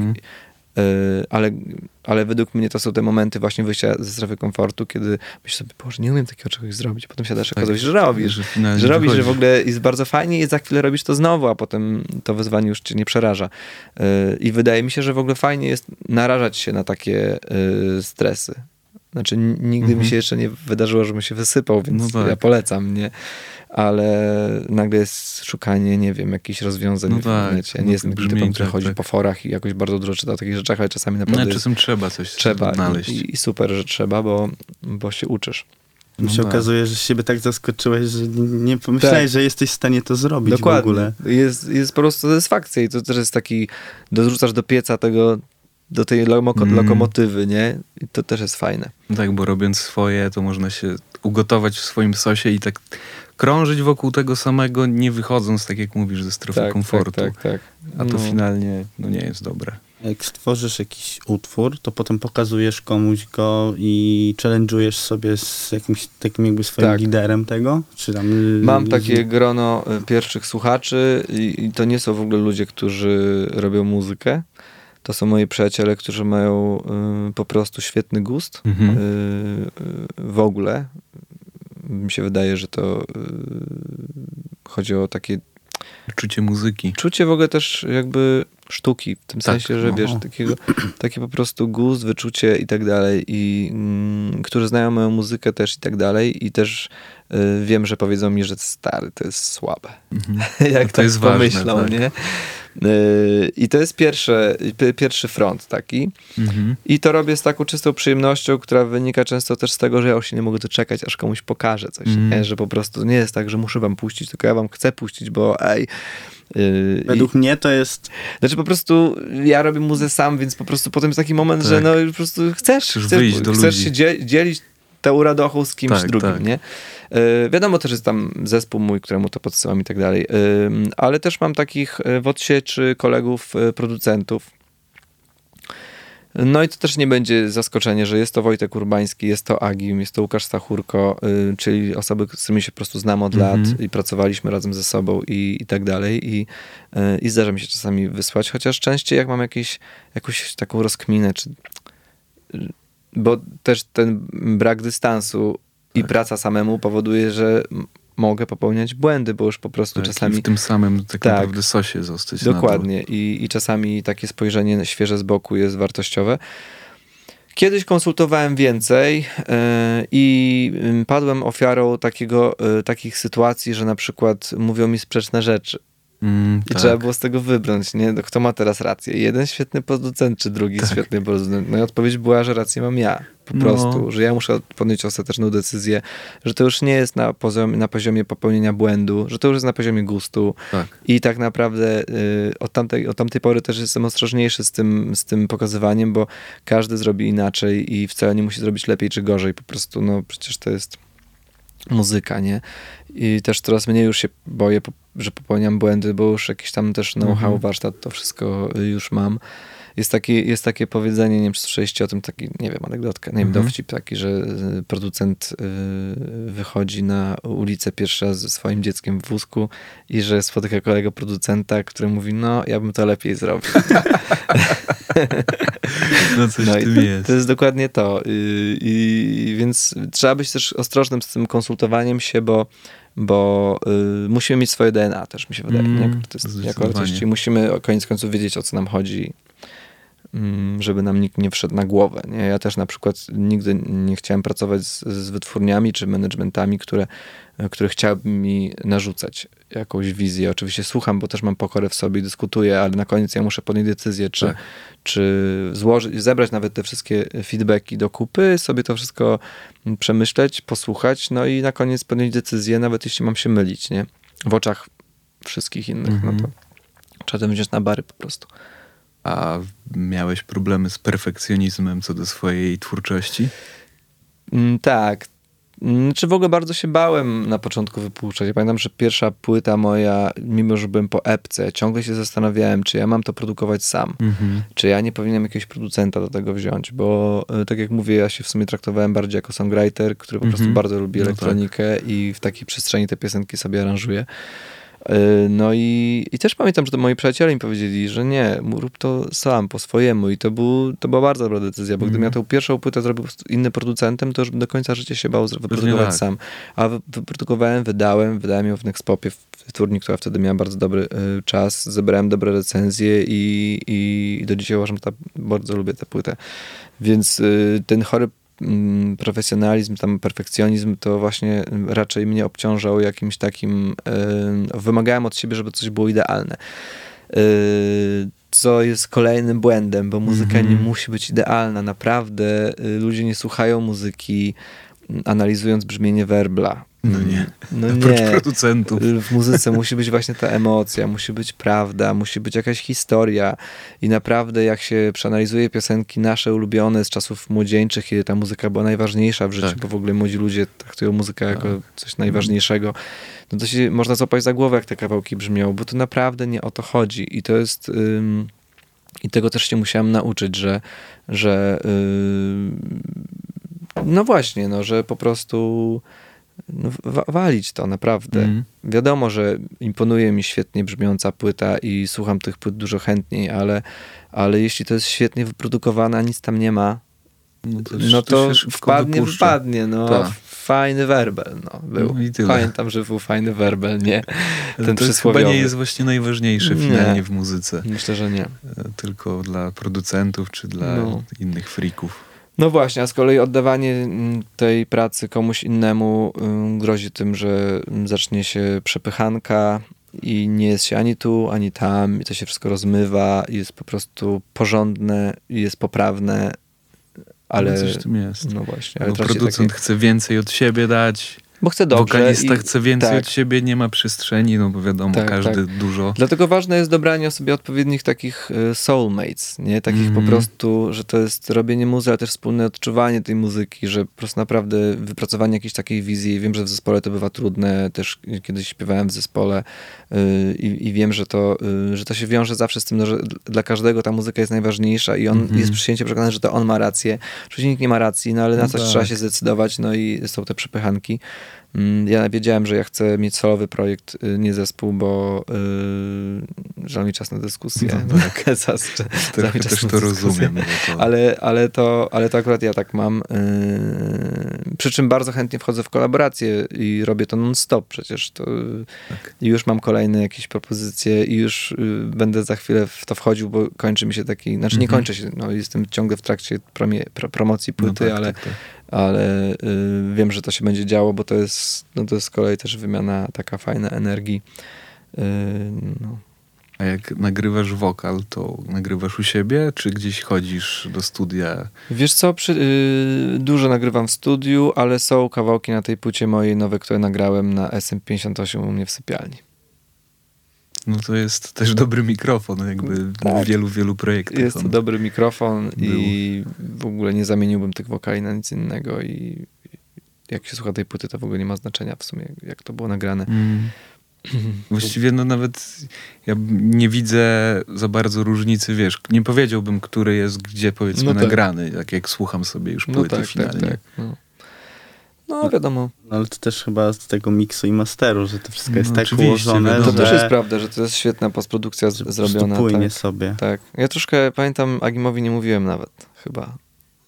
Ale według mnie to są te momenty właśnie wyjścia ze strefy komfortu, kiedy myślisz sobie, Boże, nie umiem takiego czegoś zrobić, potem siadasz i okazuje się, że robisz, że w ogóle jest bardzo fajnie i za chwilę robisz to znowu, a potem to wyzwanie już cię nie przeraża. I wydaje mi się, że w ogóle fajnie jest narażać się na takie stresy. Znaczy nigdy mi się jeszcze nie wydarzyło, żebym się wysypał, więc ja polecam, nie? Ale nagle jest szukanie, nie wiem, jakichś rozwiązań w internecie. Nie jestem takim typem, który chodzi po forach i jakoś bardzo dużo czyta o takich rzeczach, ale czasami naprawdę... czasem trzeba coś znaleźć. I super, że trzeba, bo się uczysz. Mi się okazuje, że siebie tak zaskoczyłeś, że nie pomyślałeś, że jesteś w stanie to zrobić. Dokładnie. W ogóle. Jest po prostu satysfakcja i to też jest taki, dorzucasz do pieca tego, do tej lokomotywy, nie? I to też jest fajne. Tak, bo robiąc swoje, to można się ugotować w swoim sosie i tak krążyć wokół tego samego, nie wychodząc, tak jak mówisz, ze strefy komfortu. Tak. A to finalnie nie jest dobre. Jak stworzysz jakiś utwór, to potem pokazujesz komuś go i challenge'ujesz sobie z jakimś takim jakby swoim liderem tego? Czy tam... Mam takie grono pierwszych słuchaczy i to nie są w ogóle ludzie, którzy robią muzykę. To są moi przyjaciele, którzy mają po prostu świetny gust. W ogóle. Mi się wydaje, że to chodzi o takie... Czucie muzyki. Czucie w ogóle też jakby sztuki. W tym sensie, że wiesz, taki po prostu gust, wyczucie i tak dalej. I którzy znają moją muzykę też i tak dalej. I też wiem, że powiedzą mi, że stary, to jest słabe. Jak to tak jest pomyślą, ważne, nie? I to jest pierwszy front taki. I to robię z taką czystą przyjemnością, która wynika często też z tego, że ja już się nie mogę doczekać, aż komuś pokażę coś. Nie? Że po prostu nie jest tak, że muszę wam puścić, tylko ja wam chcę puścić, bo według mnie to jest... Znaczy po prostu ja robię muzę sam, więc po prostu potem jest taki moment, że no po prostu chcesz się dzielić tą radochą z kimś drugim, nie? Wiadomo też jest tam zespół mój, któremu to podsyłam i tak dalej, ale też mam takich w odsieczy kolegów, producentów. No i to też nie będzie zaskoczenie, że jest to Wojtek Urbański, jest to Agim, jest to Łukasz Stachurko, czyli osoby, z którymi się po prostu znam od lat i pracowaliśmy razem ze sobą i tak dalej. I zdarza mi się czasami wysłać, chociaż częściej jak mam jakąś taką rozkminę, bo też ten brak dystansu i praca samemu powoduje, że mogę popełniać błędy, bo już po prostu czasami... w tym samym naprawdę sosie zostać. Dokładnie. I czasami takie spojrzenie świeże z boku jest wartościowe. Kiedyś konsultowałem więcej i padłem ofiarą takich sytuacji, że na przykład mówią mi sprzeczne rzeczy. I tak. trzeba było z tego wybrać, nie? No, kto ma teraz rację? Jeden świetny producent, czy drugi świetny producent? No i odpowiedź była, że rację mam ja. Po prostu, że ja muszę podjąć ostateczną decyzję, że to już nie jest na poziomie popełnienia błędu, że to już jest na poziomie gustu. Tak. I tak naprawdę od tamtej pory też jestem ostrożniejszy z tym pokazywaniem, bo każdy zrobi inaczej i wcale nie musi zrobić lepiej czy gorzej. Po prostu, no przecież to jest muzyka, nie? I też coraz mniej już się boję, że popełniam błędy, bo już jakiś tam też know-how, warsztat, to wszystko już mam. Jest takie powiedzenie, nie wiem, czy słyszeliście o tym, taki, nie wiem, anegdotka, nie wiem, dowcip taki, że producent wychodzi na ulicę pierwszy raz ze swoim dzieckiem w wózku i że spotyka kolegę producenta, który mówi, no, ja bym to lepiej zrobił. No coś w tym jest. To jest dokładnie to. Więc trzeba być też ostrożnym z tym konsultowaniem się, bo musimy mieć swoje DNA też, mi się wydaje. Nie? To jest, jako artyści musimy koniec końców wiedzieć, o co nam chodzi, żeby nam nikt nie wszedł na głowę. Nie? Ja też na przykład nigdy nie chciałem pracować z wytwórniami czy managementami, które chciałyby mi narzucać jakąś wizję. Oczywiście słucham, bo też mam pokorę w sobie i dyskutuję, ale na koniec ja muszę podjąć decyzję, czy zebrać nawet te wszystkie feedbacki do kupy, sobie to wszystko przemyśleć, posłuchać, no i na koniec podjąć decyzję, nawet jeśli mam się mylić, nie? W oczach wszystkich innych, no to trzeba to wziąć na bary po prostu. A miałeś problemy z perfekcjonizmem co do swojej twórczości? Tak. Czy w ogóle bardzo się bałem na początku wypuszczać. Ja pamiętam, że pierwsza płyta moja, mimo że byłem po epce, ciągle się zastanawiałem, czy ja mam to produkować sam. Czy ja nie powinienem jakiegoś producenta do tego wziąć, bo tak jak mówię, ja się w sumie traktowałem bardziej jako songwriter, który po prostu bardzo lubi elektronikę i w takiej przestrzeni te piosenki sobie aranżuje. No i też pamiętam, że to moi przyjaciele mi powiedzieli, że nie, rób to sam, po swojemu i to była bardzo dobra decyzja, bo gdybym ja tą pierwszą płytę zrobił z innym producentem, to już do końca życia się bał wyprodukować sam. A wyprodukowałem, wydałem ją w Nexpopie, w wytwórni, która wtedy miała bardzo dobry czas, zebrałem dobre recenzje i do dzisiaj uważam, że bardzo lubię tę płytę. Więc ten chory profesjonalizm, tam perfekcjonizm, to właśnie raczej mnie obciążał jakimś takim, wymagałem od siebie, żeby coś było idealne. Co jest kolejnym błędem, bo muzyka nie musi być idealna. Naprawdę ludzie nie słuchają muzyki analizując brzmienie werbla. No nie. Oprócz producentów. W muzyce musi być właśnie ta emocja, musi być prawda, musi być jakaś historia i naprawdę jak się przeanalizuje piosenki nasze ulubione z czasów młodzieńczych, kiedy ta muzyka była najważniejsza w życiu, bo w ogóle młodzi ludzie traktują muzykę jako coś najważniejszego, no to się można złapać za głowę, jak te kawałki brzmią, bo to naprawdę nie o to chodzi i to jest... I tego też się musiałem nauczyć, że no właśnie, no, że po prostu walić to naprawdę. Wiadomo, że imponuje mi świetnie brzmiąca płyta i słucham tych płyt dużo chętniej, ale jeśli to jest świetnie wyprodukowane, a nic tam nie ma, no to wpadnie. No, fajny werbel. No, był. I tyle. Pamiętam, że był fajny werbel, nie? Ten to chyba nie jest właśnie najważniejsze finalnie w muzyce. Myślę, że nie. Tylko dla producentów czy dla innych freaków. No właśnie, a z kolei oddawanie tej pracy komuś innemu grozi tym, że zacznie się przepychanka i nie jest się ani tu, ani tam i to się wszystko rozmywa i jest po prostu porządne i jest poprawne, ale... Coś w tym jest. No właśnie. Ale producent chce więcej od siebie dać. Bo chce dobrze. Wokalista chce więcej od siebie, nie ma przestrzeni, no bo wiadomo, każdy dużo. Dlatego ważne jest dobranie sobie odpowiednich takich soulmates, nie? Takich po prostu, że to jest robienie muzy, ale też wspólne odczuwanie tej muzyki, że po prostu naprawdę wypracowanie jakiejś takiej wizji. Wiem, że w zespole to bywa trudne, też kiedyś śpiewałem w zespole i wiem, że to się wiąże zawsze z tym, no, że dla każdego ta muzyka jest najważniejsza i on jest przyjęcie przekonany, że to on ma rację. Oczywiście nikt nie ma racji, no ale na coś trzeba się zdecydować, no i są te przepychanki. Ja wiedziałem, że ja chcę mieć solowy projekt, nie zespół, bo żal mi czas na dyskusję. No tak. Też to rozumiem. Ale to akurat ja tak mam. Przy czym bardzo chętnie wchodzę w kolaborację i robię to non-stop przecież. I już mam kolejne jakieś propozycje i już będę za chwilę w to wchodził, bo kończy mi się taki... Znaczy nie kończy się, no jestem ciągle w trakcie promocji płyty, ale wiem, że to się będzie działo, bo to jest z kolei też wymiana taka fajna energii No. A jak nagrywasz wokal, to nagrywasz u siebie, czy gdzieś chodzisz do studia? Wiesz co, dużo nagrywam w studiu, ale są kawałki na tej płycie mojej nowej, które nagrałem na SM58 u mnie w sypialni. No to jest też dobry mikrofon, jakby w wielu projektach. Jest to dobry mikrofon i w ogóle nie zamieniłbym tych wokali na nic innego i jak się słucha tej płyty, to w ogóle nie ma znaczenia w sumie, jak to było nagrane. Właściwie no nawet ja nie widzę za bardzo różnicy, wiesz, nie powiedziałbym, który jest gdzie powiedzmy nagrany, tak jak słucham sobie już płyty finalnie. Tak. No wiadomo. No, ale to też chyba z tego miksu i masteru, że to wszystko jest tak ułożone, to też jest prawda, że to jest świetna postprodukcja zrobiona. Płynie sobie. Tak. Ja troszkę pamiętam, Agimowi nie mówiłem nawet chyba.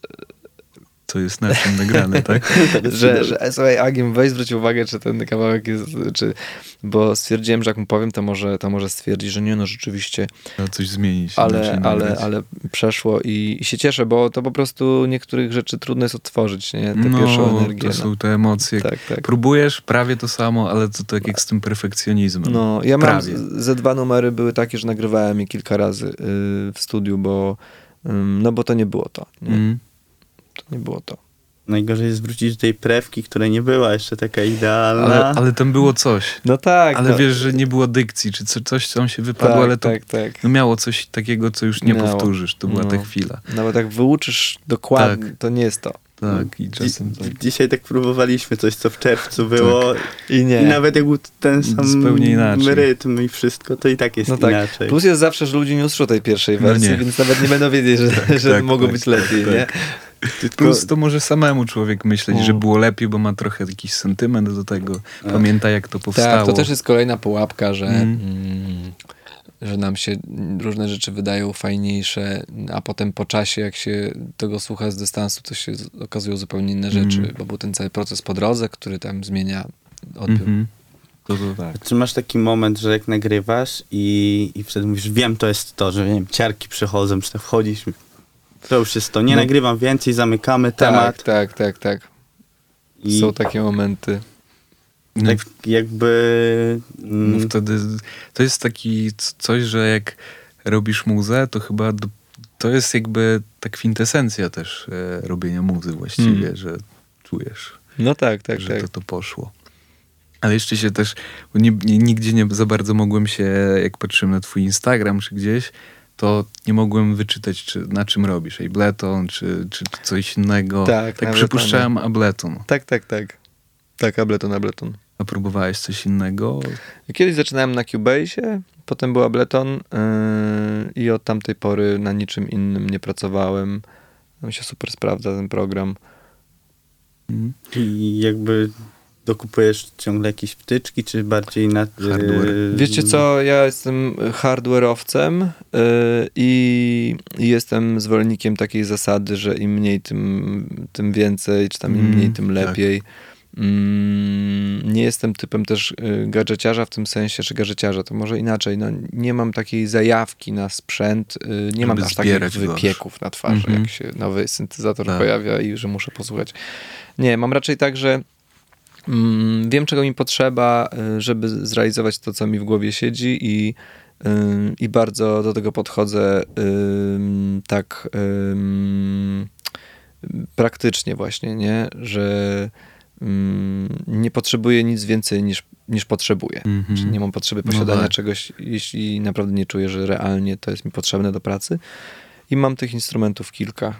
To jest na czym nagrane, tak? że słuchaj, Agim, weź zwróć uwagę, czy ten kawałek jest, bo stwierdziłem, że jak mu powiem, to może stwierdzi, że nie, no rzeczywiście. Trzeba coś zmienić. Ale przeszło i się cieszę, bo to po prostu niektórych rzeczy trudno jest odtworzyć, nie? Tę pierwszą energię. To są te emocje. Tak. Próbujesz prawie to samo, ale to tak jak z tym perfekcjonizmem. No, ja mam ze 2 numery były takie, że nagrywałem je kilka razy w studiu, bo to nie było to. Nie? To nie było to. Najgorzej jest wrócić do tej prewki, która nie była jeszcze taka idealna. Ale tam było coś. No tak. Ale wiesz, że nie było dykcji, czy coś tam się wypadło, ale to no miało coś takiego, co już nie powtórzysz. To była ta chwila. Nawet jak wyuczysz dokładnie, to nie jest to. Tak, i czasem tak. Dzisiaj tak próbowaliśmy coś, co w czerwcu było. I nie. I nawet jak był ten sam zupełnie inaczej. rytm i wszystko, to i tak jest inaczej. Plus jest zawsze, że ludzie nie usłyszą tej pierwszej wersji, więc nawet nie będą wiedzieć, że mogło być lepiej, nie? Plus to może samemu człowiek myśleć, że było lepiej, bo ma trochę jakiś sentyment do tego. Pamięta, jak to powstało. Tak, to też jest kolejna pułapka, że nam się różne rzeczy wydają fajniejsze, a potem po czasie, jak się tego słucha z dystansu, to się okazują zupełnie inne rzeczy, bo był ten cały proces po drodze, który tam zmienia odbiór. To tak. Czy masz taki moment, że jak nagrywasz i wtedy mówisz, wiem, to jest to, że nie wiem, ciarki przychodzą, czy tak wchodzisz, to już jest to, nie nagrywam więcej, zamykamy temat. Tak. Są takie momenty. Tak jakby... No wtedy to jest taki coś, że jak robisz muzę, to chyba to jest jakby ta kwintesencja też robienia muzy właściwie, że czujesz, że to poszło. Ale jeszcze się też, bo nigdzie nie za bardzo mogłem się, jak patrzyłem na twój Instagram czy gdzieś, to nie mogłem wyczytać, na czym robisz. Ableton, czy coś innego. Tak przypuszczałem Ableton. Tak, Ableton. A próbowałeś coś innego? Kiedyś zaczynałem na Cubase'ie, potem był Ableton i od tamtej pory na niczym innym nie pracowałem. Tam się super sprawdza ten program. I jakby dokupujesz ciągle jakieś wtyczki, czy bardziej na hardware? Wiecie co, ja jestem hardware'owcem i jestem zwolennikiem takiej zasady, że im mniej, tym więcej, czy tam im mniej, tym lepiej. Nie jestem typem też gadżeciarza w tym sensie, czy gadżeciarza, to może inaczej. No, nie mam takiej zajawki na sprzęt, nie mam aż takich wypieków na twarzy, jak się nowy syntezator pojawia i że muszę posłuchać. Nie, mam raczej tak, że wiem, czego mi potrzeba, żeby zrealizować to, co mi w głowie siedzi i bardzo do tego podchodzę tak praktycznie właśnie, nie? Że nie potrzebuję nic więcej niż potrzebuję. Czyli nie mam potrzeby posiadania czegoś, jeśli naprawdę nie czuję, że realnie to jest mi potrzebne do pracy. I mam tych instrumentów kilka.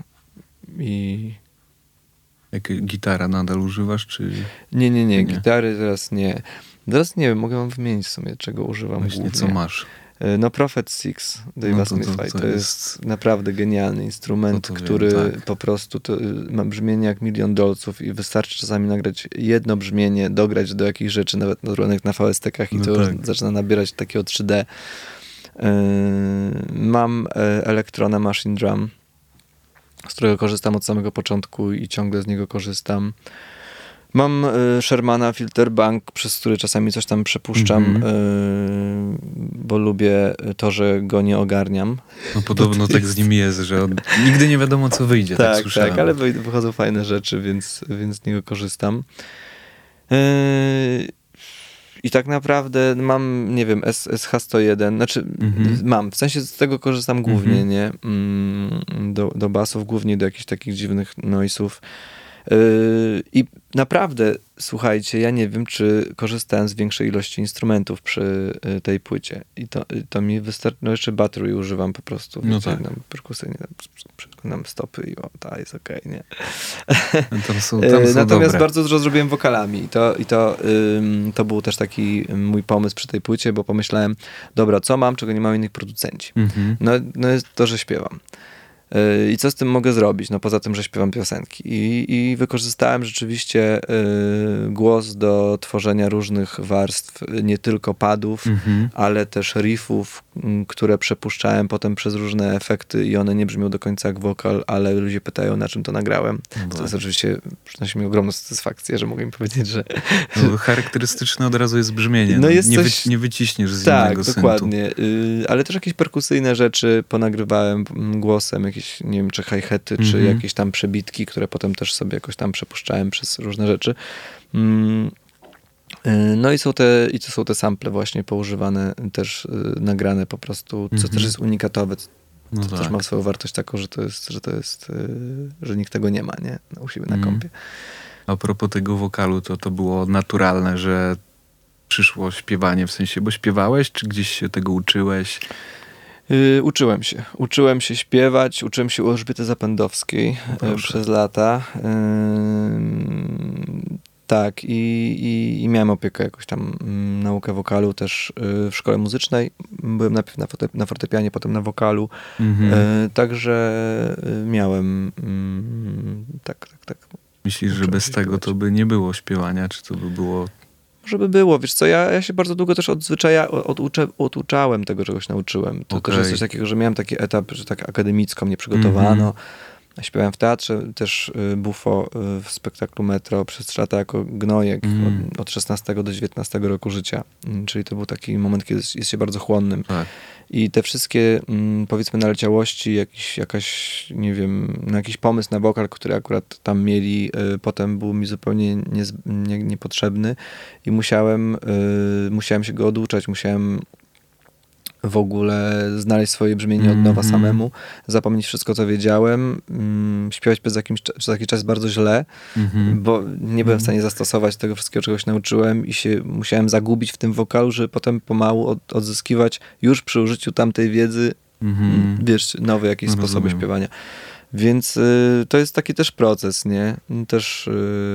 Jak gitara nadal używasz, czy... Nie. Gitary teraz nie. Teraz nie wiem, mogę wam wymienić w sumie, czego używam właśnie, głównie. co masz? No Prophet Six Dave'a Smitha. To jest naprawdę genialny instrument, który po prostu ma brzmienie jak $1 000 000 i wystarczy czasami nagrać jedno brzmienie, dograć do jakichś rzeczy, nawet na VST-kach i to już zaczyna nabierać takiego 3D. Mam Electrona Machine Drum, z którego korzystam od samego początku i ciągle z niego korzystam. Mam Shermana Filter Bank, przez który czasami coś tam przepuszczam, bo lubię to, że go nie ogarniam. No podobno tak z nim jest, że nigdy nie wiadomo, co wyjdzie. Tak, ale wychodzą fajne rzeczy, więc z niego korzystam. I tak naprawdę mam, nie wiem, SH101, znaczy mam, w sensie z tego korzystam głównie, nie? Do basów, głównie do jakichś takich dziwnych noise'ów. I naprawdę, słuchajcie, ja nie wiem, czy korzystałem z większej ilości instrumentów przy tej płycie. I to mi wystarczy, no jeszcze battery używam po prostu. No tak. Perkusyjnie, przekładam stopy i ta jest okej, nie? Tam są Natomiast dobre. bardzo dużo zrobiłem wokalami. To był też taki mój pomysł przy tej płycie, bo pomyślałem, dobra, co mam, czego nie mają innych producenci? No jest to, że śpiewam. I co z tym mogę zrobić? No poza tym, że śpiewam piosenki. I wykorzystałem rzeczywiście głos do tworzenia różnych warstw, nie tylko padów, ale też riffów, które przepuszczałem potem przez różne efekty i one nie brzmią do końca jak wokal, ale ludzie pytają, na czym to nagrałem. To jest oczywiście, przynosi mi ogromną satysfakcję, że mogę im powiedzieć, że... No, charakterystyczne od razu jest brzmienie. No jest nie wyciśniesz z tak, innego syntu. dokładnie. Ale też jakieś perkusyjne rzeczy ponagrywałem głosem, jakieś, nie wiem, czy hi-haty, czy jakieś tam przebitki, które potem też sobie jakoś tam przepuszczałem przez różne rzeczy. No i to są te sample właśnie poużywane, też nagrane po prostu, co też jest unikatowe. To też ma swoją wartość taką, że nikt tego nie ma, nie? U siebie na kompie. A propos tego wokalu, to było naturalne, że przyszło śpiewanie, w sensie, bo śpiewałeś, czy gdzieś się tego uczyłeś? Uczyłem się śpiewać, uczyłem się u Elżbiety Zapędowskiej przez lata. Tak, i miałem opiekę jakoś tam, naukę wokalu też w szkole muzycznej. Byłem najpierw na fortepianie, potem na wokalu. Także miałem tak. Myślisz, że bez tego to by nie było śpiewania, czy to by było... Żeby było, wiesz co, ja się bardzo długo też oduczałem tego, czegoś nauczyłem. To też jest coś takiego, że miałem taki etap, że tak akademicko mnie przygotowano. Śpiewałem w teatrze, też Buffo w spektaklu Metro przez 3 lata jako gnojek od 16 do 19 roku życia. Czyli to był taki moment, kiedy jest się bardzo chłonnym. Tak. I te wszystkie, powiedzmy, naleciałości, nie wiem, jakiś pomysł na wokal, który akurat tam mieli, potem był mi zupełnie niepotrzebny i musiałem się go oduczać, musiałem w ogóle znaleźć swoje brzmienie od nowa samemu, zapomnieć wszystko, co wiedziałem, śpiewać przez jakiś czas bardzo źle, bo nie byłem w stanie zastosować tego wszystkiego, czego się nauczyłem i się musiałem zagubić w tym wokalu, żeby potem pomału odzyskiwać już przy użyciu tamtej wiedzy, wiesz, nowe jakieś sposoby śpiewania. Więc to jest taki też proces, nie? Też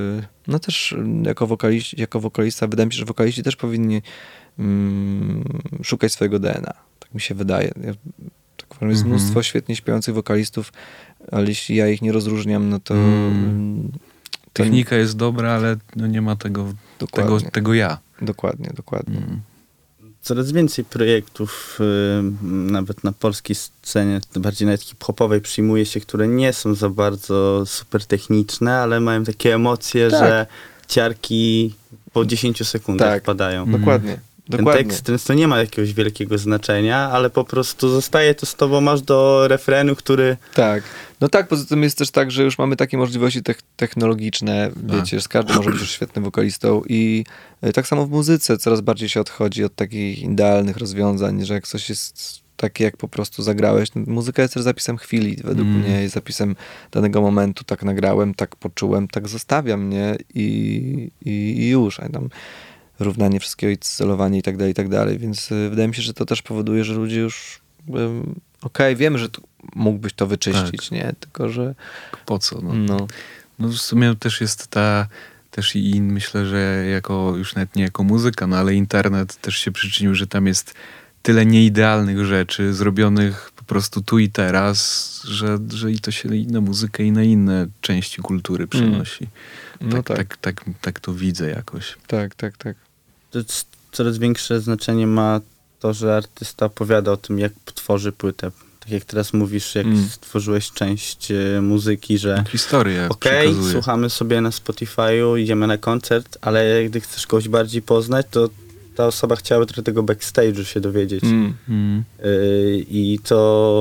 jako wokalista, wydaje mi się, że wokaliści też powinni szukać swojego DNA. Tak mi się wydaje. Jest mnóstwo świetnie śpiewających wokalistów, ale jeśli ja ich nie rozróżniam, no to... Technika jest dobra, ale no nie ma tego ja. Dokładnie. Coraz więcej projektów, nawet na polskiej scenie, bardziej nawet hip-hopowej, przyjmuje się, które nie są za bardzo super techniczne, ale mają takie emocje, że ciarki po 10 sekundach padają. Dokładnie. Ten tekst często nie ma jakiegoś wielkiego znaczenia, ale po prostu zostaje to z tobą, masz do refrenu, który... Tak. No tak, poza tym jest też tak, że już mamy takie możliwości technologiczne, wiecie, że każdy może być już świetnym wokalistą i tak samo w muzyce coraz bardziej się odchodzi od takich idealnych rozwiązań, że jak coś jest takie, jak po prostu zagrałeś, no, muzyka jest też zapisem chwili, według mnie jest zapisem danego momentu, tak nagrałem, tak poczułem, tak zostawiam, nie? I już, a tam równanie wszystkiego i celowanie i tak dalej, więc wydaje mi się, że to też powoduje, że ludzie już wiem, że mógłbyś to wyczyścić, nie? Tylko, że... Po co? No w sumie też jest też i myślę, że już nawet nie jako muzyka, no ale internet też się przyczynił, że tam jest tyle nieidealnych rzeczy zrobionych po prostu tu i teraz, że i to się i na muzykę, i na inne części kultury przenosi. Tak to widzę jakoś. Tak. Coraz większe znaczenie ma to, że artysta opowiada o tym, jak tworzy płytę. Tak jak teraz mówisz, jak stworzyłeś część muzyki, że historię słuchamy sobie na Spotify'u, idziemy na koncert, ale gdy chcesz kogoś bardziej poznać, to ta osoba chciała trochę tego backstage'u się dowiedzieć. I to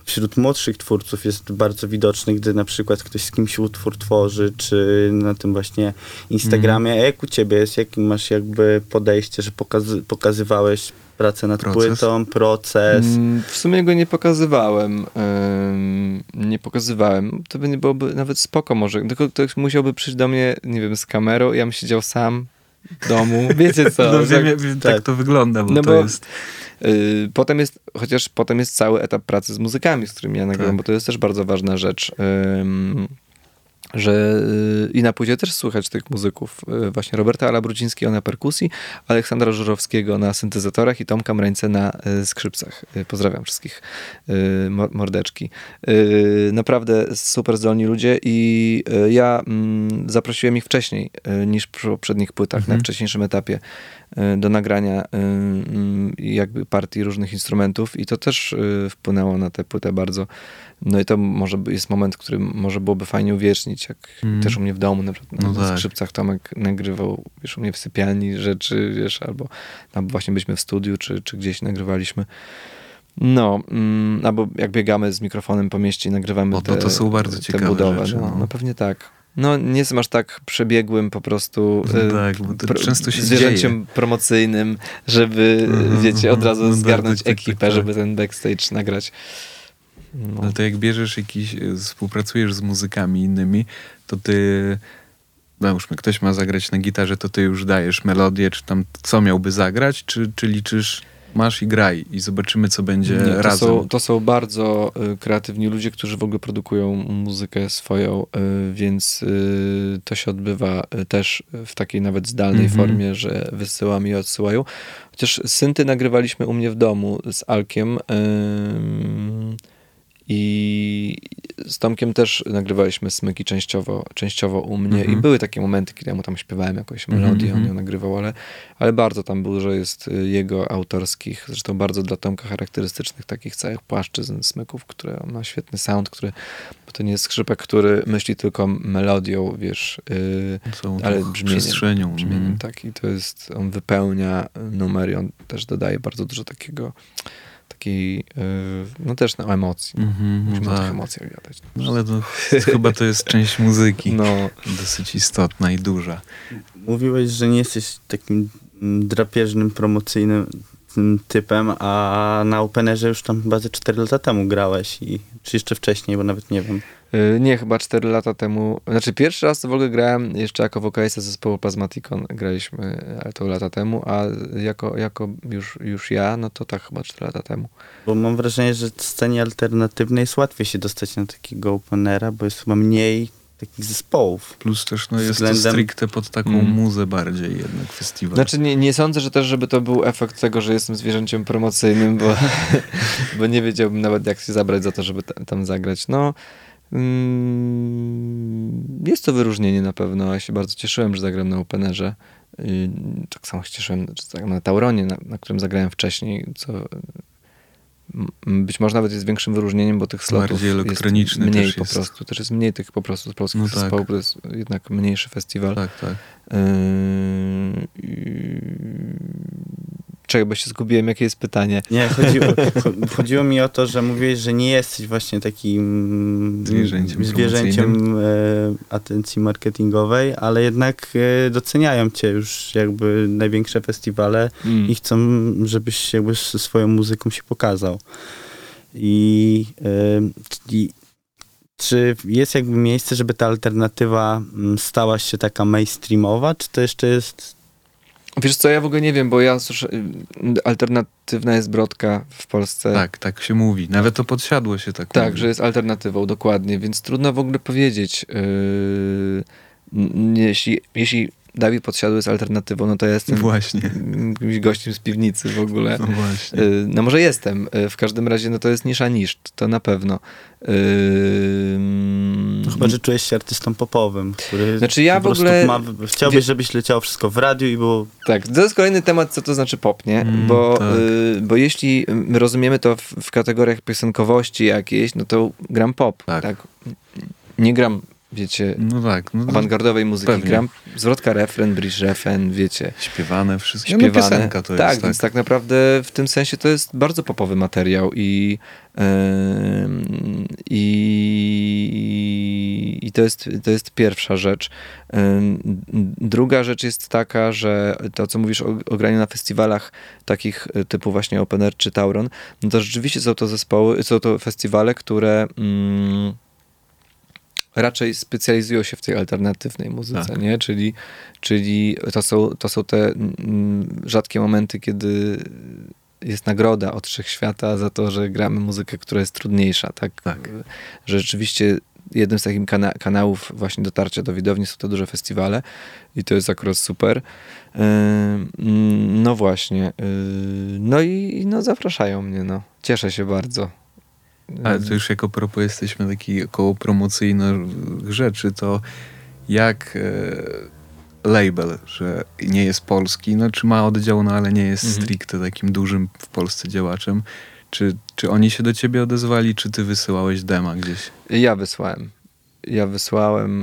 wśród młodszych twórców jest bardzo widoczny, gdy na przykład ktoś z kimś utwór tworzy, czy na tym właśnie Instagramie. A jak u ciebie jest? Jakie masz jakby podejście, że pokazywałeś pracę nad płytą, proces? W sumie go nie pokazywałem. To by nie byłoby nawet spoko może. Tylko ktoś musiałby przyjść do mnie, nie wiem, z kamerą, ja bym siedział sam w domu. Wiecie co? No, wiem, tak to wygląda, bo to jest... Potem jest cały etap pracy z muzykami, z którymi ja nagrywam, bo to jest też bardzo ważna rzecz. Że i na płycie też słychać tych muzyków. Właśnie Roberta Alabrudzińskiego na perkusji, Aleksandra Żurowskiego na syntezatorach i Tomka Mrańce na skrzypcach. Pozdrawiam wszystkich. Mordeczki. Naprawdę super zdolni ludzie i ja zaprosiłem ich wcześniej niż przy poprzednich płytach, na wcześniejszym etapie do nagrania jakby partii różnych instrumentów i to też wpłynęło na tę płytę bardzo. No i to może jest moment, który może byłoby fajnie uwiecznić, jak też u mnie w domu, na przykład na skrzypcach Tomek nagrywał, wiesz, u mnie w sypialni rzeczy, wiesz, albo właśnie byliśmy w studiu, czy gdzieś nagrywaliśmy. No, albo jak biegamy z mikrofonem po mieście i nagrywamy to są bardzo ciekawe budowę. rzeczy. No pewnie tak. No, nie jestem aż tak przebiegłym po prostu bo to często się zwierzęciem dzieje. promocyjnym, żeby, wiecie, od razu zgarnąć ekipę, tak. żeby ten backstage nagrać. No to jak bierzesz współpracujesz z muzykami innymi, to ty, załóżmy, ktoś ma zagrać na gitarze, to ty już dajesz melodię, czy tam co miałby zagrać, czy liczysz, masz i graj i zobaczymy, co będzie razem. To są bardzo kreatywni ludzie, którzy w ogóle produkują muzykę swoją, więc to się odbywa też w takiej nawet zdalnej formie, że wysyłam i odsyłają. Chociaż synty nagrywaliśmy u mnie w domu z Alkiem, i z Tomkiem też nagrywaliśmy smyki częściowo u mnie i były takie momenty, kiedy ja mu tam śpiewałem jakąś melodię, on ją nagrywał, ale bardzo tam dużo jest jego autorskich, zresztą bardzo dla Tomka charakterystycznych takich całych płaszczyzn smyków, które on ma świetny sound, bo to nie jest skrzypek, który myśli tylko melodią, wiesz, ale brzmieniem, tak, i to jest, on wypełnia numer i on też dodaje bardzo dużo takiej, no też na emocji. Musimy o tych emocjach gadać. No, ale chyba to jest część muzyki. Dosyć istotna i duża. Mówiłeś, że nie jesteś takim drapieżnym, promocyjnym typem, a na Openerze już tam chyba ze 4 lata temu grałeś, czy jeszcze wcześniej, bo nawet nie wiem. Nie, chyba 4 lata temu. Znaczy pierwszy raz to w ogóle grałem jeszcze jako wokalista zespołu Plasmaticon. Graliśmy, ale to lata temu, a jako już ja, no to tak chyba 4 lata temu. Bo mam wrażenie, że w scenie alternatywnej jest łatwiej się dostać na takiego Openera, bo jest chyba mniej takich zespołów. Plus też jest to stricte pod taką muzę bardziej jednak festiwal. Znaczy nie sądzę, że też, żeby to był efekt tego, że jestem zwierzęciem promocyjnym, bo nie wiedziałbym nawet jak się zabrać za to, żeby tam zagrać. No, jest to wyróżnienie na pewno. Ja się bardzo cieszyłem, że zagram na Openerze. Tak samo się cieszyłem na Tauronie, na którym zagrałem wcześniej, co być może nawet jest większym wyróżnieniem, bo tych slotów jest mniej po prostu. Też jest mniej tych po prostu z polskich zespołów, to jest jednak mniejszy festiwal. Tak. Czekaj, bo się zgubiłem, jakie jest pytanie. Nie, chodziło mi o to, że mówiłeś, że nie jesteś właśnie takim zwierzęciem atencji marketingowej, ale jednak doceniają cię już jakby największe festiwale i chcą, żebyś jakby swoją muzyką się pokazał. Czy jest jakby miejsce, żeby ta alternatywa stała się taka mainstreamowa, czy to jeszcze jest... Wiesz co, ja w ogóle nie wiem, bo ja słyszę, alternatywna jest Brodka w Polsce. Tak się mówi. Nawet to podsiadło się tak Tak, mówi. że jest alternatywą, dokładnie, więc trudno w ogóle powiedzieć. Jeśli Dawid Podsiadły jest alternatywą, no to ja jestem jakimś gościem z piwnicy w ogóle. No właśnie. No może jestem. W każdym razie no to jest nisza nisz, to na pewno. No chyba, że czujesz się artystą popowym, który znaczy ja po w ogóle chciałbyś, żebyś leciało wszystko w radiu i było... Tak, to jest kolejny temat, co to znaczy pop, nie? Bo jeśli my rozumiemy to w kategoriach piosenkowości jakiejś, no to gram pop. Tak. Nie gram wiecie, no tak, awangardowej muzyki. pewnie. Gram zwrotka, refren, bridge, refren, wiecie. Śpiewane wszystko. Śpiewane. No, piosenka to tak, jest. Więc tak naprawdę w tym sensie to jest bardzo popowy materiał i to jest pierwsza rzecz. Druga rzecz jest taka, że to, co mówisz o graniu na festiwalach takich typu właśnie Open Air czy Tauron, no to rzeczywiście są to festiwale, które raczej specjalizują się w tej alternatywnej muzyce, tak. nie? Czyli to są te rzadkie momenty, kiedy jest nagroda od Wszechświata za to, że gramy muzykę, która jest trudniejsza, tak? Że rzeczywiście jednym z takich kanałów właśnie dotarcia do widowni są te duże festiwale i to jest akurat super. No właśnie. No i zapraszają mnie, no. Cieszę się bardzo. Ale to już jako propos jesteśmy taki około promocyjnych rzeczy, to jak label, że nie jest polski, no czy ma oddział, no ale nie jest stricte takim dużym w Polsce działaczem. Czy oni się do ciebie odezwali, czy ty wysyłałeś dema gdzieś? Ja wysłałem.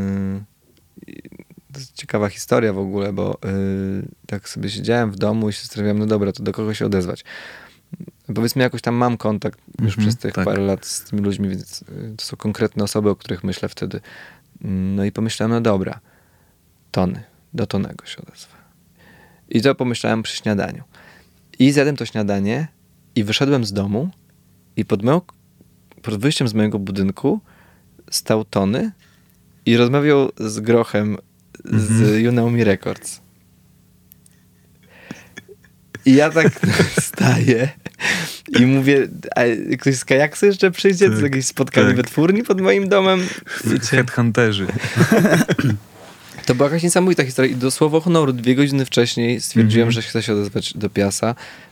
To jest ciekawa historia w ogóle, bo tak sobie siedziałem w domu i się zastanawiałem, no dobra, to do kogo się odezwać? Powiedzmy, jakoś tam mam kontakt już przez tych parę lat z tymi ludźmi, więc to są konkretne osoby, o których myślę wtedy. No i pomyślałem, no dobra, do Tonego się odezwę. I to pomyślałem przy śniadaniu. I zjadłem to śniadanie i wyszedłem z domu i pod wyjściem z mojego budynku stał Tony i rozmawiał z Grochem z You Know Me Records. I ja tak staję i mówię, a ktoś z Kajaksu jeszcze przyjdzie? To jest jakieś spotkanie we twórni pod moim domem? Headhunterzy. To była jakaś niesamowita historia i do słowa honoru 2 godziny wcześniej stwierdziłem, że chcę się odezwać do Piasa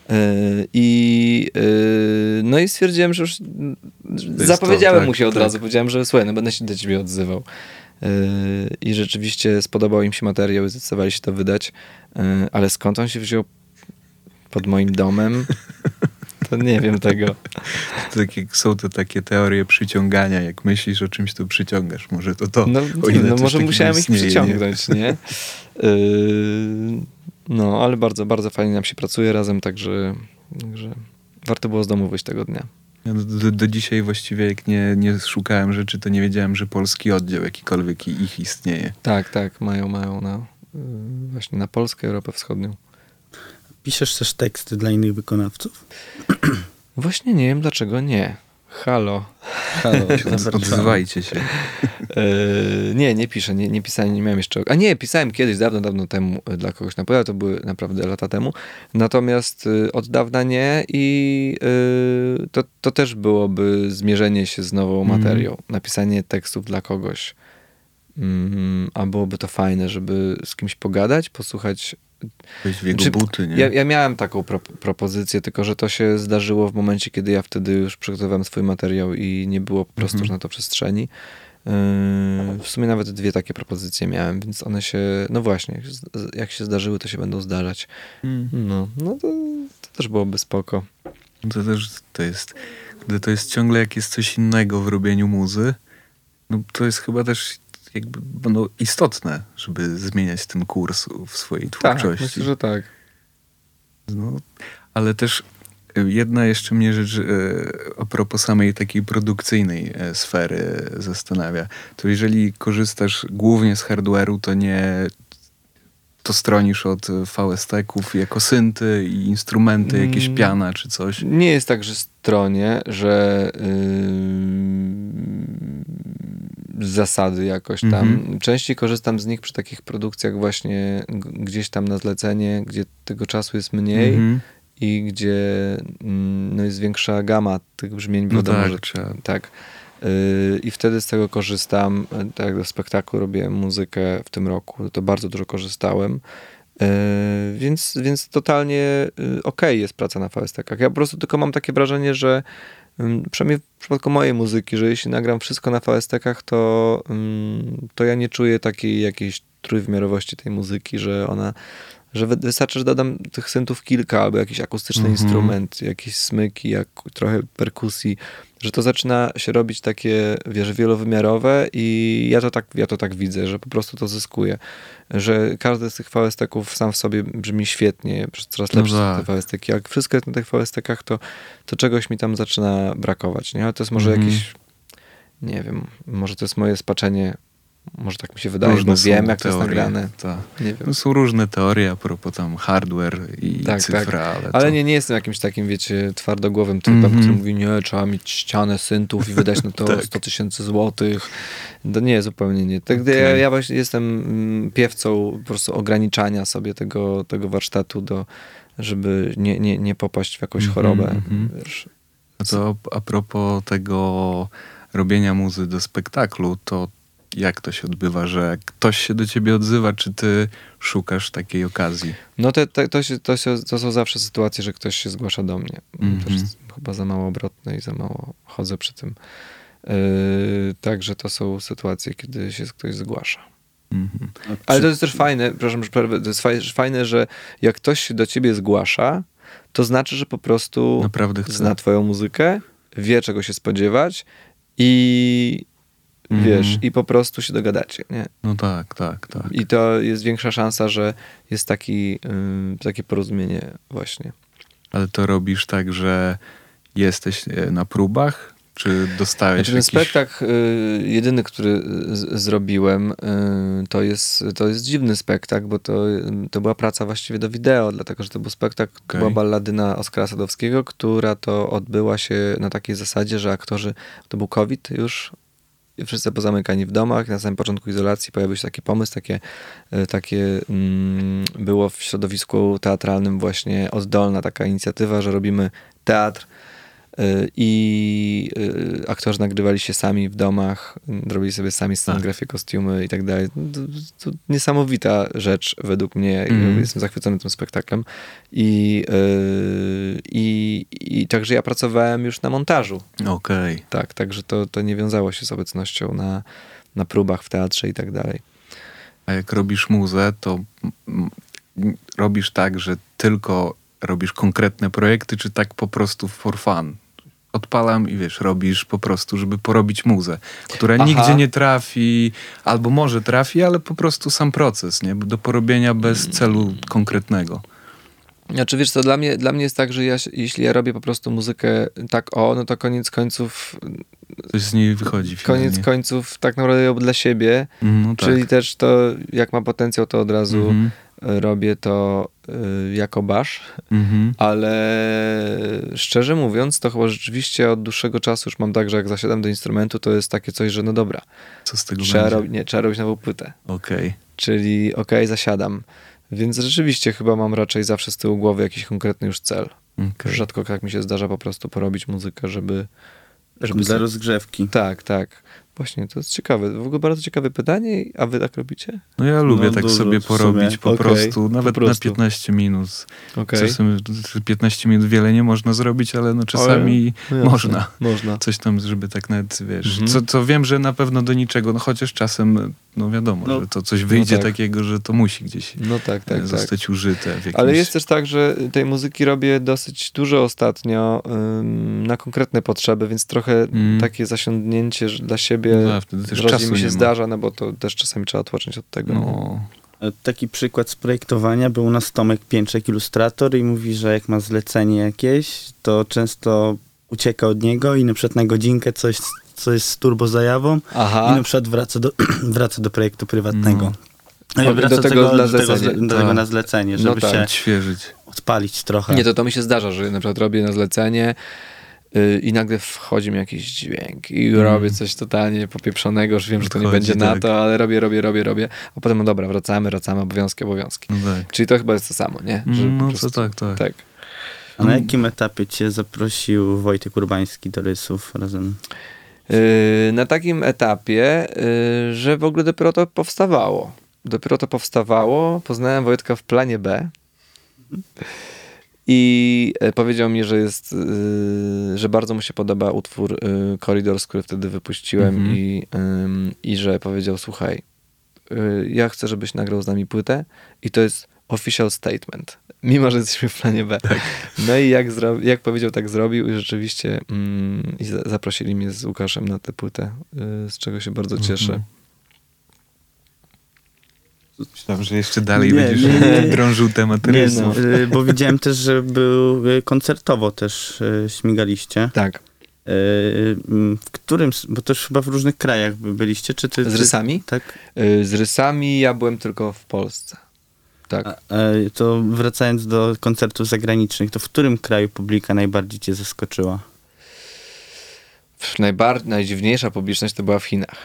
no i stwierdziłem, że już zapowiedziałem mu się od razu. Powiedziałem, że słuchaj, no będę się do ciebie odzywał. I rzeczywiście spodobał im się materiał i zdecydowali się to wydać, ale skąd on się wziął pod moim domem? To nie wiem tego. Są to takie teorie przyciągania. Jak myślisz o czymś, to przyciągasz. Może to. No może musiałem ich przyciągnąć, nie? No, ale bardzo, bardzo fajnie nam się pracuje razem, także warto było z domu wyjść tego dnia. Ja do dzisiaj właściwie jak nie szukałem rzeczy, to nie wiedziałem, że polski oddział jakikolwiek ich istnieje. Tak, mają właśnie na Polskę, Europę Wschodnią. Piszesz też teksty dla innych wykonawców? Właśnie nie wiem, dlaczego nie. Halo, odzywajcie się. Nie piszę, nie pisałem, nie miałem jeszcze... A nie, pisałem kiedyś, dawno temu dla kogoś na pole, to były naprawdę lata temu. Natomiast od dawna nie i to też byłoby zmierzenie się z nową materią. Napisanie tekstów dla kogoś. A byłoby to fajne, żeby z kimś pogadać, posłuchać. Wejść w jego buty, nie? Ja miałem taką propozycję, tylko że to się zdarzyło w momencie, kiedy ja wtedy już przygotowałem swój materiał i nie było po prostu już na to przestrzeni. W sumie nawet 2 takie propozycje miałem, więc one się, no właśnie, jak się zdarzyły, to się będą zdarzać. No to też byłoby spoko. To jest ciągle, jak jest coś innego w robieniu muzy, no to jest chyba też jakby istotne, żeby zmieniać ten kurs w swojej twórczości. Tak, myślę, że tak. No, ale też jedna jeszcze mnie rzecz a propos samej takiej produkcyjnej sfery zastanawia. To jeżeli korzystasz głównie z hardware'u, to stronisz od VST-ków jako synty i instrumenty, jakieś piana czy coś. Nie jest tak, że stronię, że z zasady jakoś tam. Częściej korzystam z nich przy takich produkcjach właśnie gdzieś tam na zlecenie, gdzie tego czasu jest mniej i gdzie jest większa gama tych brzmień. Wiadomo, że tak. I wtedy z tego korzystam. Tak jak do spektaklu robiłem muzykę w tym roku, to bardzo dużo korzystałem. Więc totalnie okej jest praca na VST-kach. Ja po prostu tylko mam takie wrażenie, że przynajmniej w przypadku mojej muzyki, że jeśli nagram wszystko na VST-kach, to ja nie czuję takiej jakiejś trójwymiarowości tej muzyki, że że wystarczy, że dodam tych syntów kilka, albo jakiś akustyczny instrument, jakieś smyki, trochę perkusji, że to zaczyna się robić takie, wiesz, wielowymiarowe i ja to tak widzę, że po prostu to zyskuje. Że każdy z tych VST-ków sam w sobie brzmi świetnie, coraz lepsze są te VST-ki. Jak wszystko jest na tych VST-kach, to czegoś mi tam zaczyna brakować, nie? Ale to jest może jakieś, nie wiem, może to jest moje spaczenie. Może tak mi się wydaje, bo wiem, jak to jest nagrane. Nie wiem. No są różne teorie a propos tam hardware i cyfra. Tak. Ale nie jestem jakimś takim, wiecie, twardogłowym typem, który mówi, nie, trzeba mieć ścianę syntów i wydać na to 100 000 złotych. To nie, zupełnie nie. Tak, ja właśnie jestem piewcą po prostu ograniczania sobie tego warsztatu, żeby nie popaść w jakąś chorobę. Wiesz. To a propos tego robienia muzy do spektaklu, to jak to się odbywa, że ktoś się do ciebie odzywa, czy ty szukasz takiej okazji? No to są zawsze sytuacje, że ktoś się zgłasza do mnie. Też chyba za mało obrotne i za mało chodzę przy tym. Także to są sytuacje, kiedy się ktoś zgłasza. Ale to jest też fajne, to jest fajne, że jak ktoś się do ciebie zgłasza, to znaczy, że po prostu naprawdę zna twoją muzykę, wie czego się spodziewać i wiesz, i po prostu się dogadacie, nie? No tak. I to jest większa szansa, że jest takie porozumienie właśnie. Ale to robisz tak, że jesteś na próbach? Czy dostałeś Ten spektakl jedyny, który zrobiłem, to jest dziwny spektakl, bo to była praca właściwie do wideo, dlatego, że to był spektakl, to była balladyna Oskara Sadowskiego, która to odbyła się na takiej zasadzie, że aktorzy, to był COVID już, wszyscy pozamykani w domach, na samym początku izolacji pojawił się taki pomysł, takie było w środowisku teatralnym właśnie oddolna taka inicjatywa, że robimy teatr i aktorzy nagrywali się sami w domach, robili sobie sami scenografię, kostiumy i tak dalej. To niesamowita rzecz według mnie. Jestem zachwycony tym spektaklem. I także ja pracowałem już na montażu. Okej. Tak, także to nie wiązało się z obecnością na próbach w teatrze i tak dalej. A jak robisz muzę, to robisz tak, że tylko robisz konkretne projekty, czy tak po prostu for fun? Odpalam i wiesz, robisz po prostu, żeby porobić muzę, która nigdzie nie trafi, albo może trafi, ale po prostu sam proces, nie? Do porobienia bez celu konkretnego. Znaczy wiesz co, dla mnie jest tak, że jeśli ja robię po prostu muzykę tak no to koniec końców coś z niej wychodzi finalnie. Koniec końców tak naprawdę robię dla siebie, czyli też to jak ma potencjał, to od razu robię to jako basz, ale szczerze mówiąc, to chyba rzeczywiście od dłuższego czasu już mam tak, że jak zasiadam do instrumentu, to jest takie coś, że no dobra, co z tego trzeba robić nową płytę. Okej. Czyli zasiadam. Więc rzeczywiście chyba mam raczej zawsze z tyłu głowy jakiś konkretny już cel. Rzadko jak mi się zdarza po prostu porobić muzykę, żeby dla rozgrzewki. Tak. Właśnie, to jest ciekawe. W ogóle bardzo ciekawe pytanie, a wy tak robicie? No ja lubię tak sobie porobić po prostu, nawet na 15 minut. Czasem 15 minut wiele nie można zrobić, ale no czasami można. Coś tam, żeby tak nawet, wiesz, co wiem, że na pewno do niczego, no chociaż czasem, no wiadomo, że to coś wyjdzie takiego, że to musi gdzieś zostać użyte. W jakimś... Ale jest też tak, że tej muzyki robię dosyć dużo ostatnio na konkretne potrzeby, więc trochę takie zasiądnięcie dla siebie wtedy mi się zdarza, no bo to też czasami trzeba odpocząć od tego. No. Taki przykład z projektowania. Był u nas Tomek Pięczek, ilustrator, i mówi, że jak ma zlecenie jakieś, to często ucieka od niego i na przykład na godzinkę coś, co jest z turbo zajawą i na przykład wraca do projektu prywatnego. Wraca do tego na zlecenie, żeby się odświeżyć, odpalić trochę. Nie, to mi się zdarza, że na przykład robię na zlecenie i nagle wchodzi mi jakiś dźwięk i robię coś totalnie popieprzonego, że wiem, że to nie będzie na to, ale robię, a potem no dobra, wracamy, obowiązki. No tak. Czyli to chyba jest to samo, nie? Że no prostu, to tak. A na jakim etapie cię zaprosił Wojtek Urbański do Rysów razem? Na takim etapie, że w ogóle dopiero to powstawało. Poznałem Wojtka w planie B. I powiedział mi, że bardzo mu się podoba utwór Corridors, który wtedy wypuściłem i że powiedział, słuchaj, ja chcę, żebyś nagrał z nami płytę i to jest official statement. Mimo, że jesteśmy w planie B. Tak. No i jak powiedział, tak zrobił i rzeczywiście zaprosili mnie z Łukaszem na tę płytę, z czego się bardzo cieszę. Myślałem, że jeszcze dalej będziesz drążył temat rysu. Bo widziałem też, że był koncertowo też śmigaliście. Tak. W którym, bo też chyba w różnych krajach byliście, czy ty? Z Rysami? Tak. Z Rysami ja byłem tylko w Polsce. Tak. To wracając do koncertów zagranicznych, to w którym kraju publika najbardziej cię zaskoczyła? Najdziwniejsza publiczność to była w Chinach.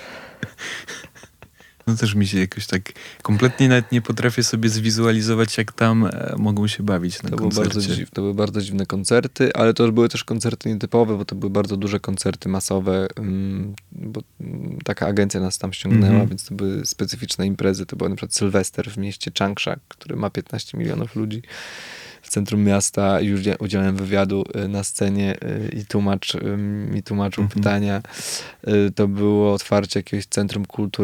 No też mi się jakoś tak kompletnie nawet nie potrafię sobie zwizualizować, jak tam mogą się bawić na koncercie. To były bardzo dziwne koncerty, ale to były też koncerty nietypowe, bo to były bardzo duże koncerty masowe, bo taka agencja nas tam ściągnęła, więc to były specyficzne imprezy. To był na przykład Sylwester w mieście Changsha, który ma 15 milionów ludzi w centrum miasta. Już udzielałem wywiadu na scenie i tłumacz mi tłumaczył pytania. To było otwarcie jakiegoś centrum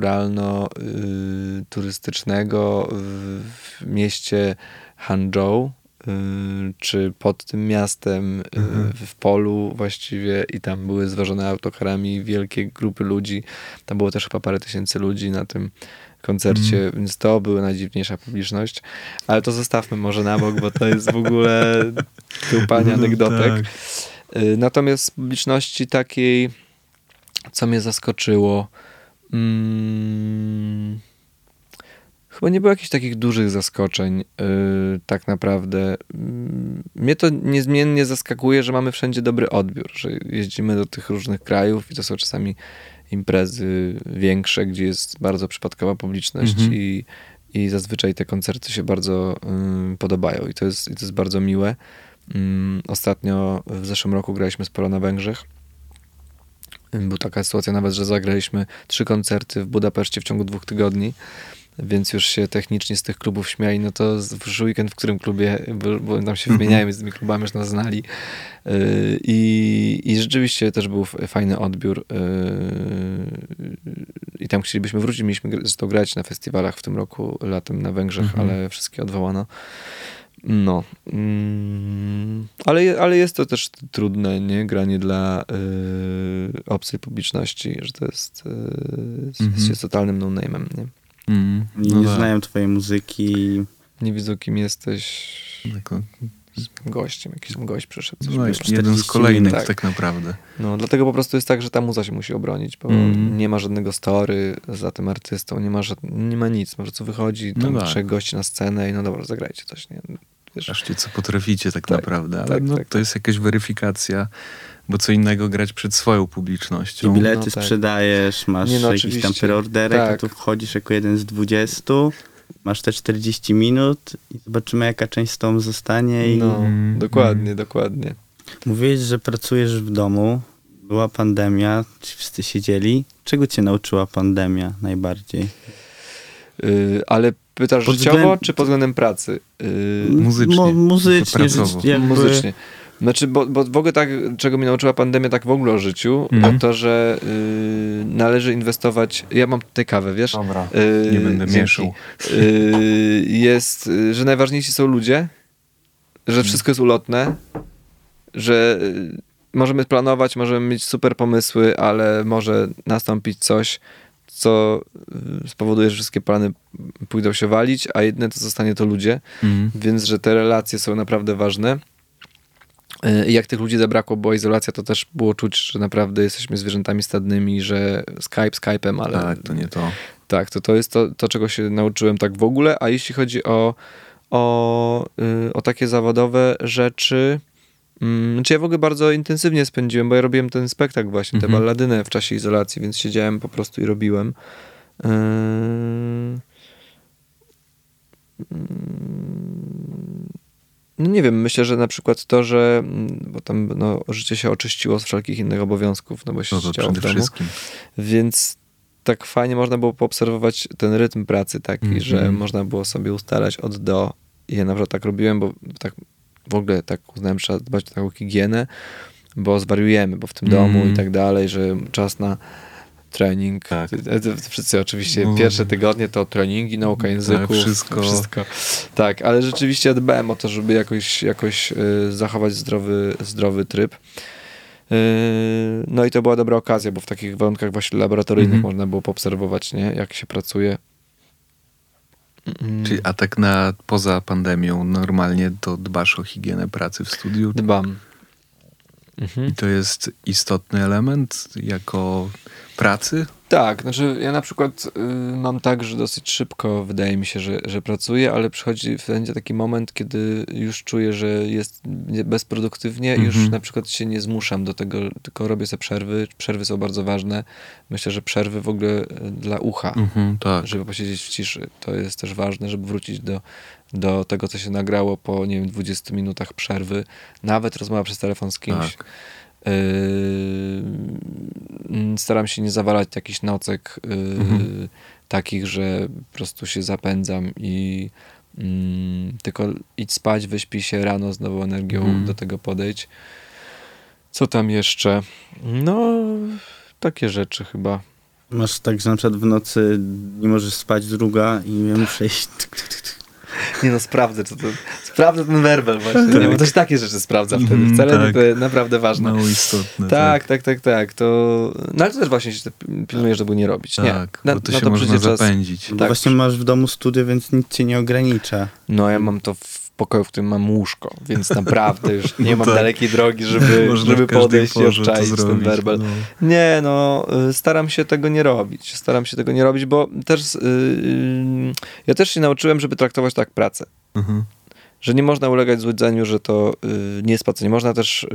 kulturalno-turystycznego w mieście Hangzhou, czy pod tym miastem, w polu właściwie, i tam były zważone autokarami wielkie grupy ludzi. Tam było też chyba parę tysięcy ludzi na tym koncercie, więc to była najdziwniejsza publiczność. Ale to zostawmy może na bok, bo to jest w ogóle tupanie anegdotek. Tak. Natomiast z publiczności takiej, co mnie zaskoczyło, chyba nie było jakichś takich dużych zaskoczeń tak naprawdę. Mnie to niezmiennie zaskakuje, że mamy wszędzie dobry odbiór, że jeździmy do tych różnych krajów i to są czasami imprezy większe, gdzie jest bardzo przypadkowa publiczność i zazwyczaj te koncerty się bardzo podobają i to jest bardzo miłe. Ostatnio w zeszłym roku graliśmy sporo na Węgrzech. Była taka sytuacja nawet, że zagraliśmy 3 koncerty w Budapeszcie w ciągu 2 tygodni, więc już się technicznie z tych klubów śmiali, no to w weekend w którym klubie, bo tam się wymieniają z tymi klubami, że nas znali. I rzeczywiście też był fajny odbiór i tam chcielibyśmy wrócić, mieliśmy zresztą grać na festiwalach w tym roku latem na Węgrzech, ale wszystkie odwołano. No. Ale jest to też trudne, nie? Granie dla obcej publiczności, że to jest totalnym no-name'em, nie? Nie znają twojej muzyki. Nie widzą, kim jesteś. Gościem, jakiś tam gość przyszedł. No, jeden z kolejnych tak naprawdę. No, dlatego po prostu jest tak, że ta muza się musi obronić, bo nie ma żadnego story za tym artystą, nie ma nic. Po prostu wychodzi tam 3 gości na scenę i no dobra, zagrajcie coś, nie? Pokażcie, co potraficie tak naprawdę. Ale to jest jakaś weryfikacja, bo co innego grać przed swoją publicznością. I bilety sprzedajesz, masz jakiś tam preorderek, to tu wchodzisz jako jeden z 20, masz te 40 minut i zobaczymy, jaka część z tobą zostanie. Dokładnie. Mówiłeś, że pracujesz w domu, była pandemia, wszyscy siedzieli. Czego cię nauczyła pandemia najbardziej? Ale pytasz życiowo, czy pod względem pracy? Muzycznie. Muzycznie. Znaczy, bo w ogóle tak, czego mi nauczyła pandemia tak w ogóle o życiu, to, że należy inwestować... Ja mam tutaj kawę, wiesz? Dobra, nie będę mieszał. Jest, że najważniejsi są ludzie, że wszystko jest ulotne, że możemy planować, możemy mieć super pomysły, ale może nastąpić coś, co spowoduje, że wszystkie plany pójdą się walić, a jedyne to zostanie to ludzie. Więc, że te relacje są naprawdę ważne. I jak tych ludzi zabrakło, bo izolacja, to też było czuć, że naprawdę jesteśmy zwierzętami stadnymi, że Skype'em, ale... Tak, to nie to. Tak, to jest to, czego się nauczyłem tak w ogóle, a jeśli chodzi o takie zawodowe rzeczy, czy ja w ogóle bardzo intensywnie spędziłem, bo ja robiłem ten spektakl właśnie, tę balladynę w czasie izolacji, więc siedziałem po prostu i robiłem. No nie wiem, myślę, że na przykład to, że bo tam życie się oczyściło z wszelkich innych obowiązków, no bo się siedziało w domu. Więc tak fajnie można było poobserwować ten rytm pracy taki, że można było sobie ustalać od do. I ja na przykład tak robiłem, bo tak w ogóle tak uznałem, że trzeba dbać o taką higienę, bo zwariujemy, bo w tym domu i tak dalej, że czas na trening. Tak. Wszyscy oczywiście pierwsze tygodnie to treningi, nauka języków. Wszystko. Tak, ale rzeczywiście dbałem o to, żeby jakoś zachować zdrowy tryb. No i to była dobra okazja, bo w takich warunkach właśnie laboratoryjnych można było poobserwować, nie? Jak się pracuje. Czyli, a tak poza pandemią normalnie to dbasz o higienę pracy w studiu? Dbam. I to jest istotny element jako pracy? Tak, znaczy ja na przykład mam tak, że dosyć szybko wydaje mi się, że pracuję, ale będzie taki moment, kiedy już czuję, że jest bezproduktywnie i już na przykład się nie zmuszam do tego, tylko robię sobie przerwy. Przerwy są bardzo ważne. Myślę, że przerwy w ogóle dla ucha, tak. żeby posiedzieć w ciszy. To jest też ważne, żeby wrócić do tego, co się nagrało po, nie wiem, 20 minutach przerwy. Nawet rozmowa przez telefon z kimś. Tak. Staram się nie zawalać jakichś nocek takich, że po prostu się zapędzam i tylko idź spać, wyśpij się, rano z nową energią do tego podejdź. Co tam jeszcze? No, takie rzeczy chyba. Masz tak, że na przykład w nocy nie możesz spać druga i muszę iść... Nie no, sprawdzę ten werbel właśnie. Nie, bo też takie rzeczy sprawdzam wtedy. Wcale nie to naprawdę ważne. No istotne. Tak. No ale to też właśnie się pilnujesz, żeby nie robić. Tak, nie. Bo to się można zapędzić. Bo właśnie masz w domu studio, więc nic cię nie ogranicza. No ja mam to w pokoju, w którym mam łóżko, więc naprawdę już nie mam dalekiej drogi, żeby podejść i odczaić ten werbel. No. Nie, staram się tego nie robić. Bo też ja też się nauczyłem, żeby traktować tak pracę. Że nie można ulegać złudzeniu, że to nie jest praca. Nie można też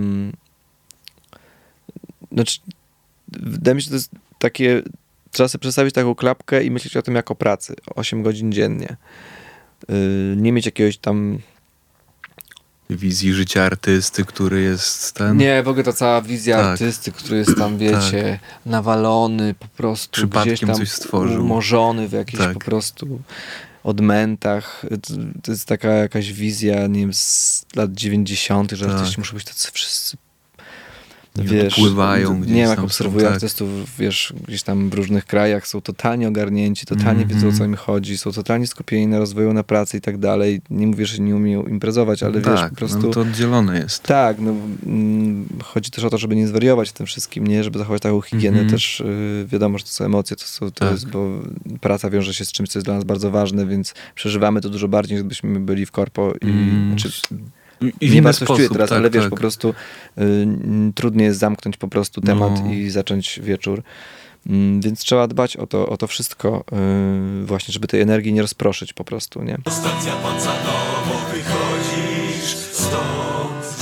wydaje mi się, że to jest takie, trzeba sobie przedstawić taką klapkę i myśleć o tym jako pracy. 8 godzin dziennie. Nie mieć jakiegoś tam wizji życia artysty, który jest ten... Nie, w ogóle ta cała wizja artysty, który jest tam, wiecie, nawalony po prostu, przypadkiem gdzieś tam coś stworzył. umorzony w jakichś po prostu odmętach. To jest taka jakaś wizja, nie wiem, z lat 90., że artyści muszą być tacy wszyscy, wiesz, pływają gdzieś nie wiem, jak obserwuję artystów, wiesz, gdzieś tam w różnych krajach są totalnie ogarnięci, totalnie wiedzą, o co im chodzi, są totalnie skupieni na rozwoju, na pracy i tak dalej. Nie mówię, że nie umieją imprezować, ale wiesz, po prostu... no to oddzielone jest. Tak, chodzi też o to, żeby nie zwariować w tym wszystkim, nie? Żeby zachować taką higienę też, wiadomo, że to są emocje, to jest, bo praca wiąże się z czymś, co jest dla nas bardzo ważne, więc przeżywamy to dużo bardziej, niż gdybyśmy byli w korpo i nie wartościuję teraz, ale wiesz, po prostu trudniej jest zamknąć po prostu temat i zacząć wieczór. Więc trzeba dbać o to wszystko właśnie, żeby tej energii nie rozproszyć po prostu, nie? Stacja Pacanowo, wychodzisz stąd,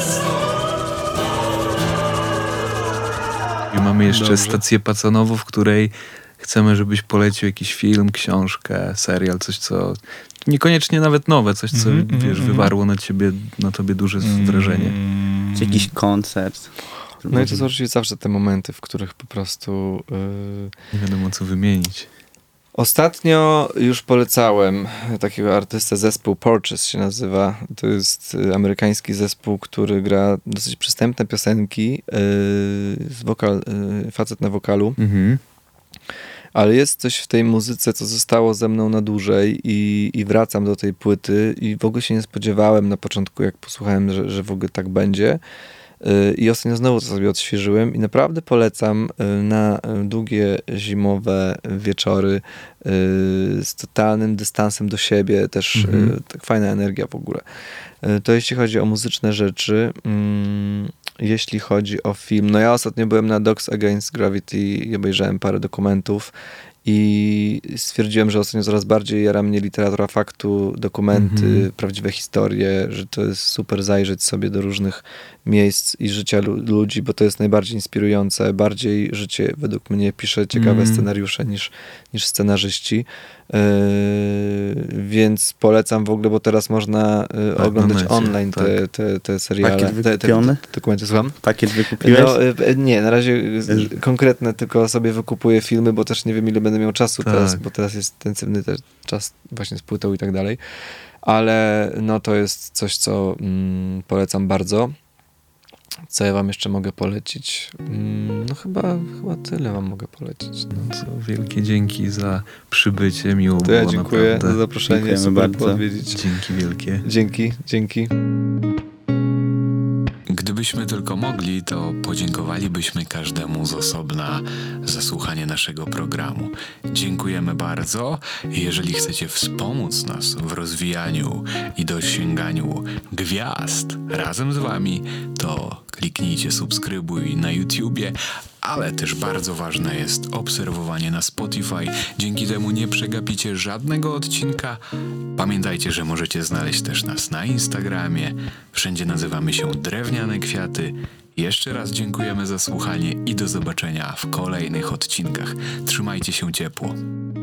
I mamy jeszcze stację Pacanowo, w której chcemy, żebyś polecił jakiś film, książkę, serial, coś, co niekoniecznie nawet nowe, coś, co wiesz, wywarło na tobie duże wrażenie. Czy jakiś koncert. No i to są oczywiście zawsze te momenty, w których po prostu... Nie wiadomo, co wymienić. Ostatnio już polecałem takiego artystę, zespół Porches się nazywa. To jest amerykański zespół, który gra dosyć przystępne piosenki, facet na wokalu. Ale jest coś w tej muzyce, co zostało ze mną na dłużej i wracam do tej płyty i w ogóle się nie spodziewałem na początku, jak posłuchałem, że w ogóle tak będzie. I ostatnio znowu to sobie odświeżyłem i naprawdę polecam na długie zimowe wieczory z totalnym dystansem do siebie, też tak fajna energia w ogóle. To jeśli chodzi o muzyczne rzeczy. Jeśli chodzi o film, no ja ostatnio byłem na Dogs Against Gravity i obejrzałem parę dokumentów i stwierdziłem, że ostatnio coraz bardziej jara mnie literatura faktu, dokumenty, prawdziwe historie, że to jest super zajrzeć sobie do różnych miejsc i życia ludzi, bo to jest najbardziej inspirujące. Bardziej życie według mnie pisze ciekawe scenariusze niż scenarzyści. Więc polecam w ogóle, bo teraz można oglądać online te seriale. Pakiet wykupiony? Te dokumenty, słucham? Pakiet wykupiłeś? No, nie, na razie konkretne tylko sobie wykupuję filmy, bo też nie wiem, ile będę miał czasu teraz, bo teraz jest intensywny też czas właśnie z płytą i tak dalej. Ale no to jest coś, co polecam bardzo. Co ja wam jeszcze mogę polecić? No chyba tyle wam mogę polecić. No co, wielkie dzięki za przybycie, miło To było ja dziękuję naprawdę. za zaproszenie, Dziękujemy super bardzo. było odwiedzić. Dzięki wielkie. Dzięki. Gdybyśmy tylko mogli, to podziękowalibyśmy każdemu z osobna za słuchanie naszego programu. Dziękujemy bardzo. Jeżeli chcecie wspomóc nas w rozwijaniu i dosięganiu gwiazd razem z wami, to kliknijcie subskrybuj na YouTubie, ale też bardzo ważne jest obserwowanie na Spotify. Dzięki temu nie przegapicie żadnego odcinka. Pamiętajcie, że możecie znaleźć też nas na Instagramie. Wszędzie nazywamy się Drewniane Kwiaty. Jeszcze raz dziękujemy za słuchanie i do zobaczenia w kolejnych odcinkach. Trzymajcie się ciepło.